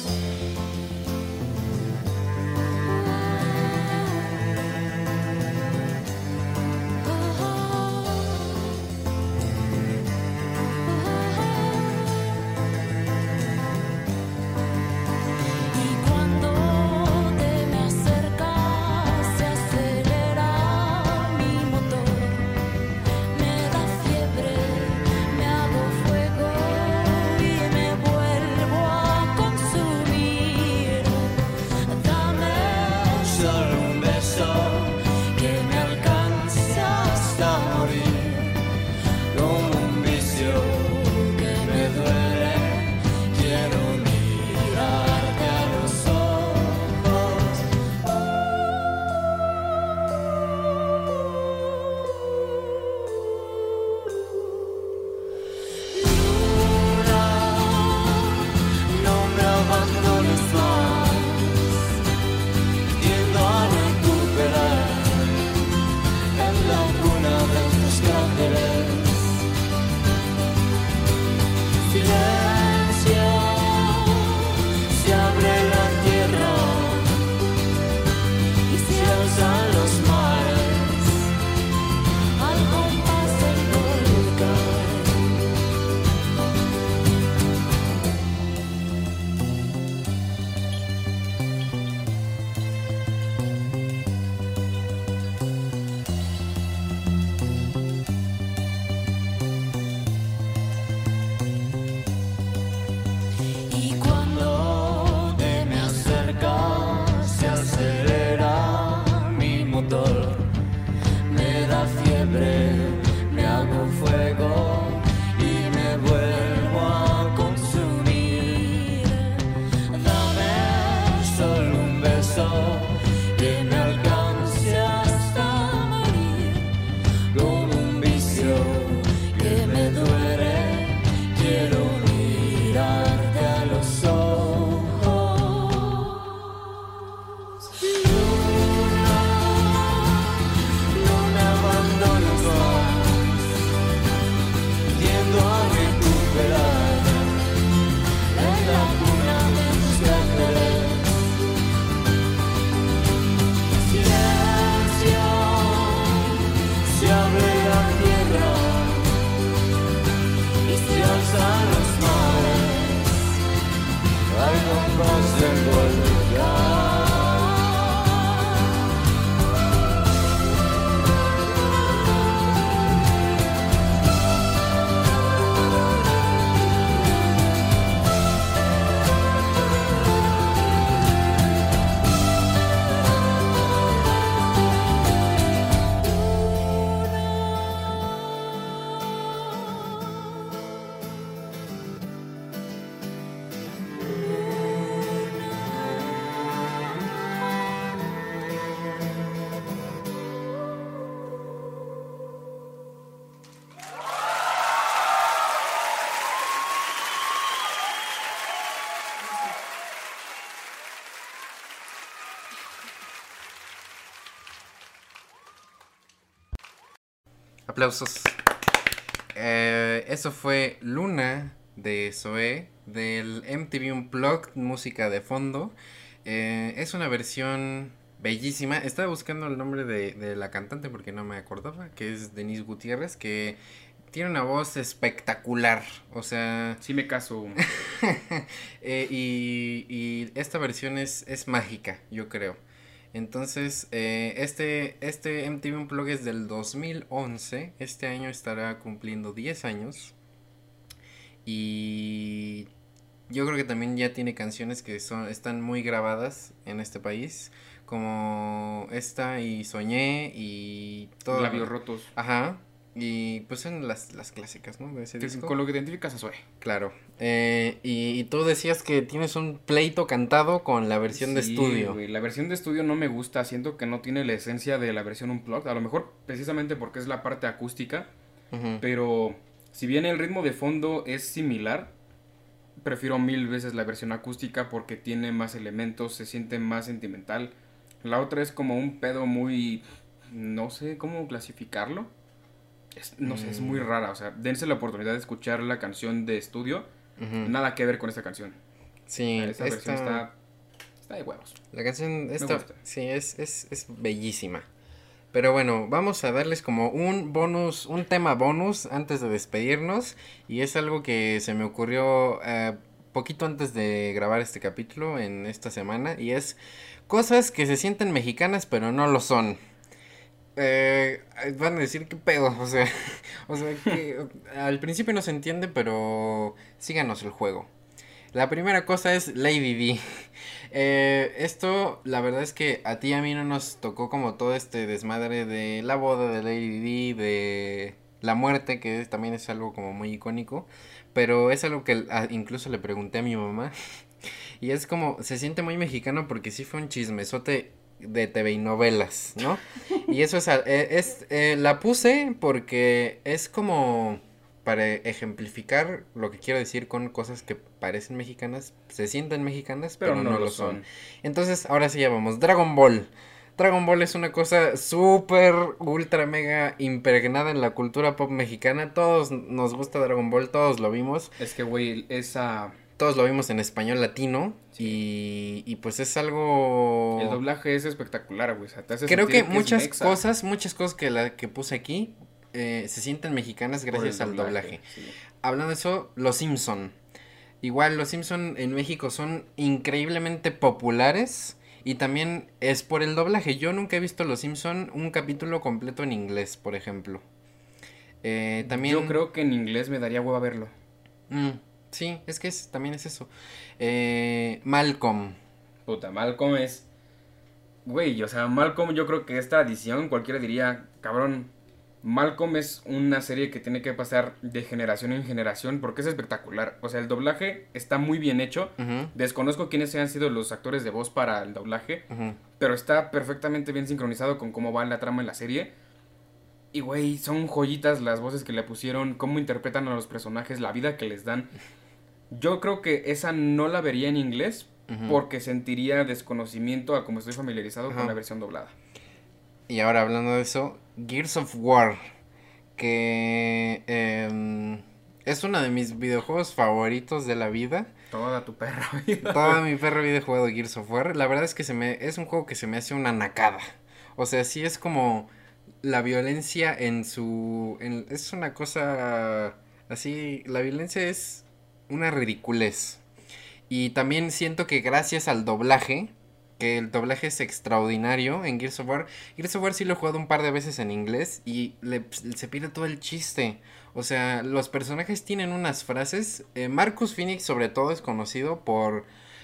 Y cuando te me acercas se acelera mi motor, me da fiebre, me hago fuego y me vuelvo a consumir. Dame solo un beso que me alcance hasta morir, como un vicio que me duele. Quiero mirarte a los ojos. Luna, no me abandones más, tiendo a recuperar en la cuna de tus cráteres. Silencio, se abre la tierra y se alzan los mares al compás del volcán. Y cuando te me acercas se acelera mi motor, me da fiebre, me hago fuego y me vuelvo a consumir. Dame solo un beso que me alcance hasta morir, como un vicio que me duele. Quiero mirarte a los ojos. Luna, no me abandones más, tiendo a recuperar en la cuna de tus cráteres. Silencio, se abre la tierra y se alzan los mares al compás del volcán. Aplausos. Eso fue Luna de Zoé del MTV Unplugged, música de fondo. Es una versión bellísima. Estaba buscando el nombre de la cantante porque no me acordaba, que es Denise Gutiérrez, que tiene una voz espectacular. O sea, Sí me caso. y esta versión es mágica, yo creo. Entonces, este MTV Unplugged es del 2011. Este año estará cumpliendo 10 años. Y yo creo que también ya tiene canciones que están muy grabadas en este país, como esta y Soñé y todo. Labios rotos. Ajá. Y pues son las clásicas, ¿no? De ese disco. Con lo que identificas a Zoé. Claro. Y tú decías que tienes un pleito cantado con la versión de estudio. Güey, la versión de estudio no me gusta, siento que no tiene la esencia de la versión Unplugged, a lo mejor precisamente porque es la parte acústica, Ujú. pero si bien el ritmo de fondo es similar, prefiero 1000 veces la versión acústica porque tiene más elementos, se siente más sentimental. La otra es como un pedo muy... no sé cómo clasificarlo. No sé, es muy rara. O sea, dense la oportunidad de escuchar la canción de estudio. Nada que ver con esta canción. Sí, Esta versión está de huevos. La canción Me gusta. sí, es bellísima. Pero bueno, vamos a darles como un tema bonus antes de despedirnos. Y es algo que se me ocurrió poquito antes de grabar este capítulo en esta semana. Y es cosas que se sienten mexicanas pero no lo son. Van a decir qué pedo, o sea que al principio no se entiende, pero síganos el juego. La primera cosa es Lady D. Esto, la verdad es que a ti y a mí no nos tocó como todo este desmadre de la boda de Lady D, de la muerte, que también es algo como muy icónico, pero es algo que incluso le pregunté a mi mamá. Y es como, se siente muy mexicano porque sí fue un chismesote de TV y novelas, ¿no? Y eso la puse porque es como para ejemplificar lo que quiero decir con cosas que parecen mexicanas, se sienten mexicanas, pero no lo son. Entonces, ahora sí ya vamos. Dragon Ball. Dragon Ball es una cosa súper, ultra, mega impregnada en la cultura pop mexicana. Todos nos gusta Dragon Ball, todos lo vimos. Es que, güey, todos lo vimos en español latino. Sí. Y pues es algo... El doblaje es espectacular, güey. O sea, creo que muchas cosas que puse aquí se sienten mexicanas gracias al doblaje. Sí. Hablando de eso, Los Simpson. Igual, Los Simpson en México son increíblemente populares. Y también es por el doblaje. Yo nunca he visto Los Simpson un capítulo completo en inglés, por ejemplo. También... Yo creo que en inglés me daría hueva verlo. Sí, es que también es eso. Malcolm. Puta, Malcolm es... Güey, o sea, Malcolm yo creo que es tradición. Cualquiera diría, cabrón, Malcolm es una serie que tiene que pasar de generación en generación porque es espectacular. O sea, el doblaje está muy bien hecho. Desconozco quiénes han sido los actores de voz para el doblaje, pero está perfectamente bien sincronizado con cómo va la trama en la serie. Y, güey, son joyitas las voces que le pusieron, cómo interpretan a los personajes, la vida que les dan. Yo creo que esa no la vería en inglés porque sentiría desconocimiento a como estoy familiarizado con la versión doblada. Y ahora, hablando de eso, Gears of War, que es uno de mis videojuegos favoritos de la vida. Toda tu perra vida. Toda mi perra vida he jugado Gears of War. La verdad es que es un juego que se me hace una nacada. O sea, sí es como... La violencia es una cosa así, la violencia es una ridiculez. Y también siento que gracias al doblaje, que el doblaje es extraordinario en Gears of War sí lo he jugado un par de veces en inglés y se pierde todo el chiste. O sea, los personajes tienen unas frases, Marcus Phoenix sobre todo es conocido por...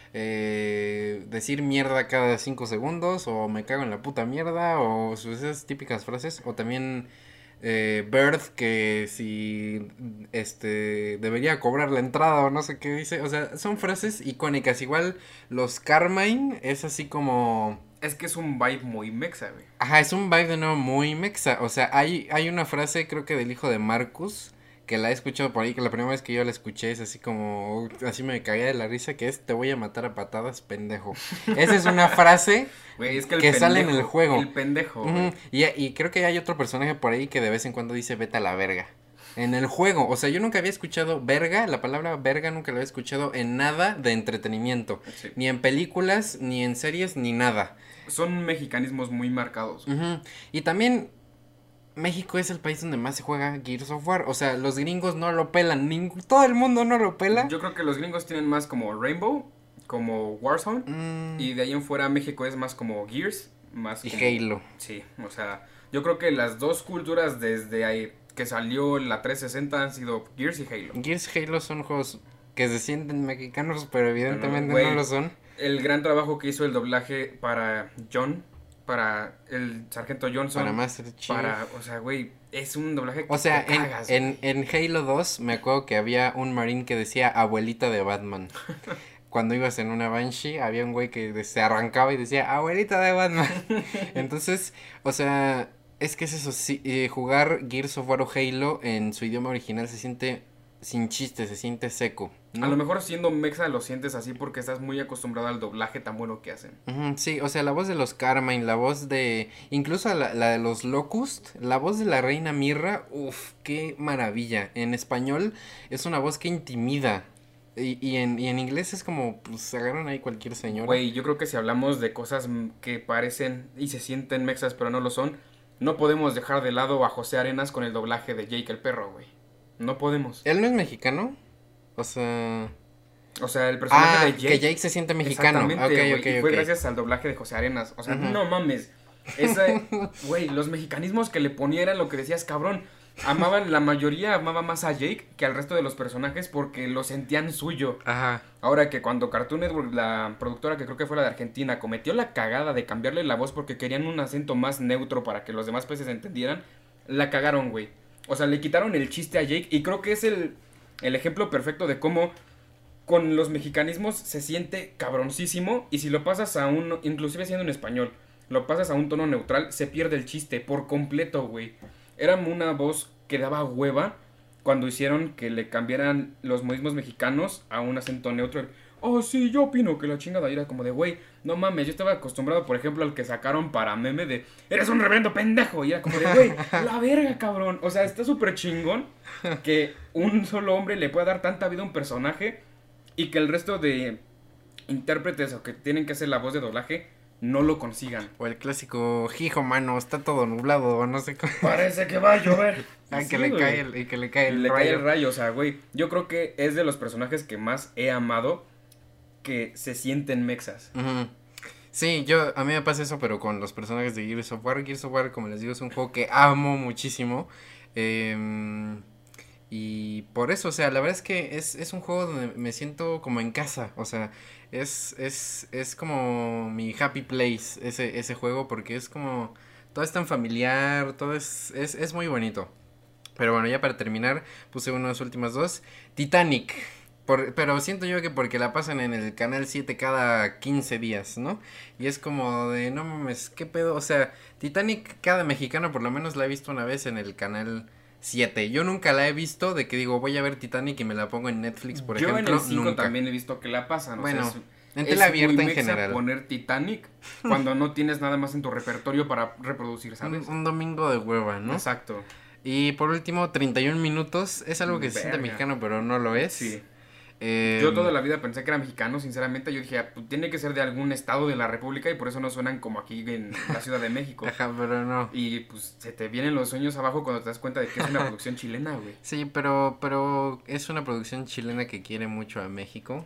decir mierda cada 5 segundos o me cago en la puta mierda o esas típicas frases, o también Bird que si debería cobrar la entrada o no sé qué dice, o sea, son frases icónicas. Igual los Carmine es así como... Es que es un vibe muy mexa, güey. Ajá, es un vibe de nuevo muy mexa. O sea, hay una frase creo que del hijo de Marcus que la he escuchado por ahí, que la primera vez que yo la escuché es así como, así me caía de la risa, que es, te voy a matar a patadas, pendejo. Esa es una frase güey, es que sale en el juego. El pendejo. Y creo que hay otro personaje por ahí que de vez en cuando dice, vete a la verga. En el juego, o sea, yo nunca había escuchado verga, la palabra verga nunca la había escuchado en nada de entretenimiento. Sí. Ni en películas, ni en series, ni nada. Son mexicanismos muy marcados. Y también... México es el país donde más se juega Gears of War. O sea, los gringos no lo pelan. Todo el mundo no lo pela. Yo creo que los gringos tienen más como Rainbow, como Warzone. Y de ahí en fuera México es más como Gears. Más y como... Halo. Sí, o sea, yo creo que las dos culturas desde ahí que salió la 360 han sido Gears y Halo. Gears y Halo son juegos que se sienten mexicanos, pero evidentemente no lo son. El gran trabajo que hizo el doblaje para John... Para el Sargento Johnson. Para Master Chief. O sea, güey, es un doblaje que o sea, te cagas, en Halo 2 me acuerdo que había un marín que decía abuelita de Batman. Cuando ibas en una Banshee, había un güey que se arrancaba y decía abuelita de Batman. Entonces, o sea, es que es eso, sí, jugar Gears of War o Halo en su idioma original se siente sin chiste, se siente seco. ¿no? A lo mejor siendo mexa lo sientes así porque estás muy acostumbrado al doblaje tan bueno que hacen. Ujú, sí, o sea, la voz de los Carmine, la voz de... Incluso la de los Locust, la voz de la reina Mirra, uff, qué maravilla. En español es una voz que intimida. Y en inglés es como, pues, agarran ahí cualquier señora. Güey, yo creo que si hablamos de cosas que parecen y se sienten mexas pero no lo son, no podemos dejar de lado a José Arenas con el doblaje de Jake el perro, güey. No podemos. ¿Él no es mexicano? O sea... O sea, el personaje de Jake... que Jake se siente mexicano. Exactamente, güey, y fue ok. gracias al doblaje de José Arenas. O sea, Ujú. no mames. Güey, los mexicanismos que le ponía eran lo que decías, cabrón. La mayoría amaba más a Jake que al resto de los personajes porque lo sentían suyo. Ajá. Ahora que cuando Cartoon Network, la productora que creo que fue la de Argentina, cometió la cagada de cambiarle la voz porque querían un acento más neutro para que los demás peces entendieran, la cagaron, güey. O sea, le quitaron el chiste a Jake y creo que es el ejemplo perfecto de cómo con los mexicanismos se siente cabroncísimo y si lo pasas a un, inclusive siendo en español, lo pasas a un tono neutral, se pierde el chiste por completo, güey. Era una voz que daba hueva cuando hicieron que le cambiaran los modismos mexicanos a un acento neutro. Oh, sí, yo opino que la chingada era como de, güey, no mames, yo estaba acostumbrado, por ejemplo, al que sacaron para meme de, eres un reverendo pendejo, y era como de, güey, la verga, cabrón. O sea, está súper chingón que un solo hombre le pueda dar tanta vida a un personaje y que el resto de intérpretes o que tienen que hacer la voz de doblaje no lo consigan. O el clásico, hijo, mano, está todo nublado, o no sé cómo. Parece que va a llover. Ah, Sí, que le güey. cae el, y que le cae el Le rayo. cae el rayo, o sea, güey. Yo creo que es de los personajes que más he amado que se sienten mexas. Ujú. Sí, a mí me pasa eso, pero con los personajes de Gears of War. Gears of War, como les digo, es un juego que amo muchísimo. Y por eso, o sea, la verdad es que es un juego donde me siento como en casa. O sea, es como mi happy place ese juego, porque es como, todo es tan familiar, todo es muy bonito. Pero bueno, ya para terminar, puse unas últimas dos. Titanic. Pero siento yo que porque la pasan en el canal 7 cada 15 días, ¿no? Y es como de, no mames, ¿qué pedo? O sea, Titanic, cada mexicano por lo menos la he visto una vez en el canal 7. Yo nunca la he visto de que digo, voy a ver Titanic y me la pongo en Netflix, por Yo ejemplo. en el 5 nunca. también he visto que la pasan. Bueno, o sea, en tela abierta muy en mexa general. poner Titanic cuando no tienes nada más en tu repertorio para reproducir, ¿sabes? Un domingo de hueva, ¿no? Exacto. Y por último, 31 minutos. Es algo que se siente Verga. mexicano, pero no lo es. Sí. Yo toda la vida pensé que era mexicano, sinceramente. Yo dije, pues, tiene que ser de algún estado de la República y por eso no suenan como aquí en la Ciudad de México. Ajá, pero no. Y pues se te vienen los sueños abajo cuando te das cuenta de que es una producción chilena, güey. Sí, pero es una producción chilena que quiere mucho a México.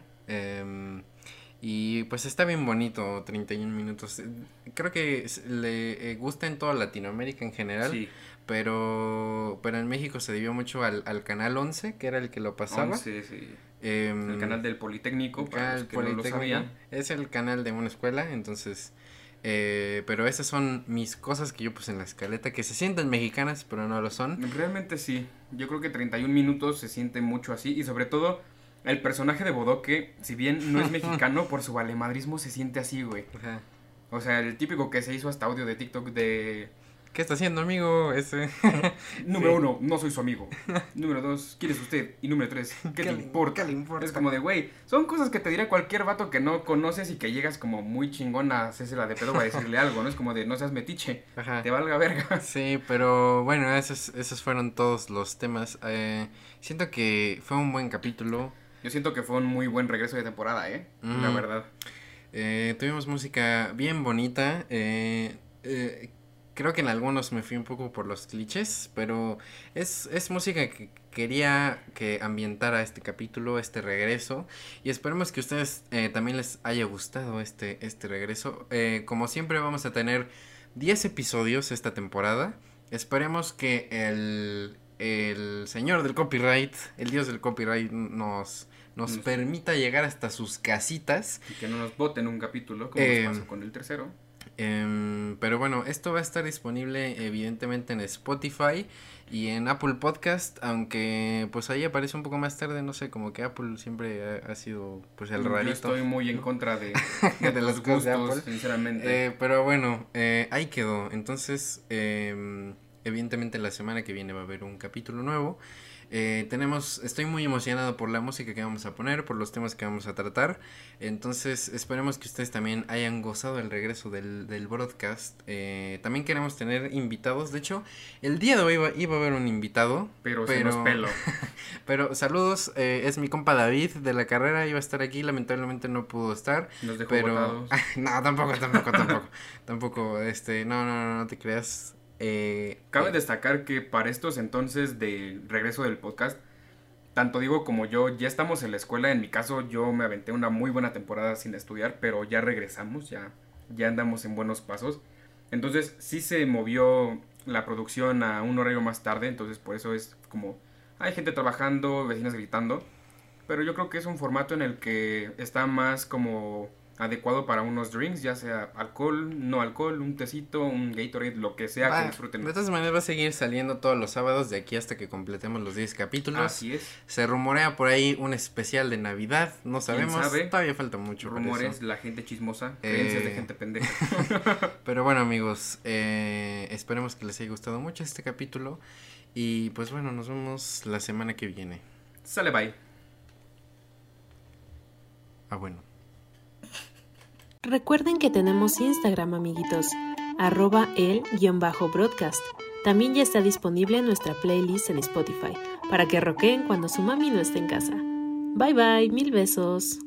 Y pues está bien bonito, 31 minutos. Creo que le gusta en toda Latinoamérica en general. Sí. Pero en México se debió mucho al canal 11, que era el que lo pasaba. Sí, sí. El El canal del Politécnico, para los que no lo sabían. Es el canal de una escuela, entonces... pero esas son mis cosas que yo puse en la escaleta, que se sienten mexicanas, pero no lo son. Realmente sí. Yo creo que 31 minutos se siente mucho así. Y sobre todo, el personaje de Bodoque, si bien no es mexicano, por su valemadrismo se siente así, güey. Ajá. O sea, el típico que se hizo hasta audio de TikTok de... ¿Qué está haciendo, amigo? Ese... Número 1, no soy su amigo. Número 2, ¿quién es usted? Y número 3, ¿qué te importa? ¿Qué le importa? Es como de, güey, son cosas que te dirá cualquier vato que no conoces y que llegas como muy chingón a hacérsela de pedo para decirle algo, ¿no? Es como de, no seas metiche, Ajá. te valga verga. Sí, pero bueno, esos fueron todos los temas. Siento que fue un buen capítulo. Yo siento que fue un muy buen regreso de temporada, la verdad. Tuvimos música bien bonita. Creo que en algunos me fui un poco por los clichés, pero es música que quería que ambientara este capítulo, este regreso, y esperemos que a ustedes también les haya gustado este regreso. Como siempre vamos a tener 10 episodios esta temporada. Esperemos que el señor del copyright, el dios del copyright nos permita llegar hasta sus casitas. Y que no nos voten un capítulo, como nos pasó con el tercero. Pero bueno, esto va a estar disponible evidentemente en Spotify y en Apple Podcast, aunque pues ahí aparece un poco más tarde, no sé, como que Apple siempre ha sido pues el rarito. Yo estoy muy en contra de de las cosas de Apple, sinceramente. pero bueno, ahí quedó. Entonces, evidentemente la semana que viene va a haber un capítulo nuevo. Estoy muy emocionado por la música que vamos a poner, por los temas que vamos a tratar. Entonces esperemos que ustedes también hayan gozado el regreso del broadcast. También queremos tener invitados. De hecho, el día de hoy iba a haber un invitado. Pero se nos peló. Pero saludos, es mi compa David de la carrera, iba a estar aquí, lamentablemente no pudo estar. Nos dejó pero botados. No, tampoco, no te creas. Cabe destacar que para estos entonces de regreso del podcast, tanto Diego como yo ya estamos en la escuela. En mi caso, yo me aventé una muy buena temporada sin estudiar, pero ya regresamos, ya andamos en buenos pasos. Entonces sí se movió la producción a un horario más tarde, entonces por eso es como hay gente trabajando, vecinas gritando, pero yo creo que es un formato en el que está más como adecuado para unos drinks, ya sea alcohol, no alcohol, un tecito, un Gatorade, lo que sea que disfruten. De todas maneras va a seguir saliendo todos los sábados de aquí hasta que completemos los 10 capítulos. Así es. Se rumorea por ahí un especial de Navidad, no sabemos, todavía falta mucho. Rumores, la gente chismosa, creencias de gente pendeja. Pero bueno, amigos, esperemos que les haya gustado mucho este capítulo y pues bueno, nos vemos la semana que viene. Sale, bye. Bueno. Recuerden que tenemos Instagram, amiguitos, @el_broadcast. También ya está disponible nuestra playlist en Spotify, para que rockeen cuando su mami no esté en casa. Bye bye, 1000 besos.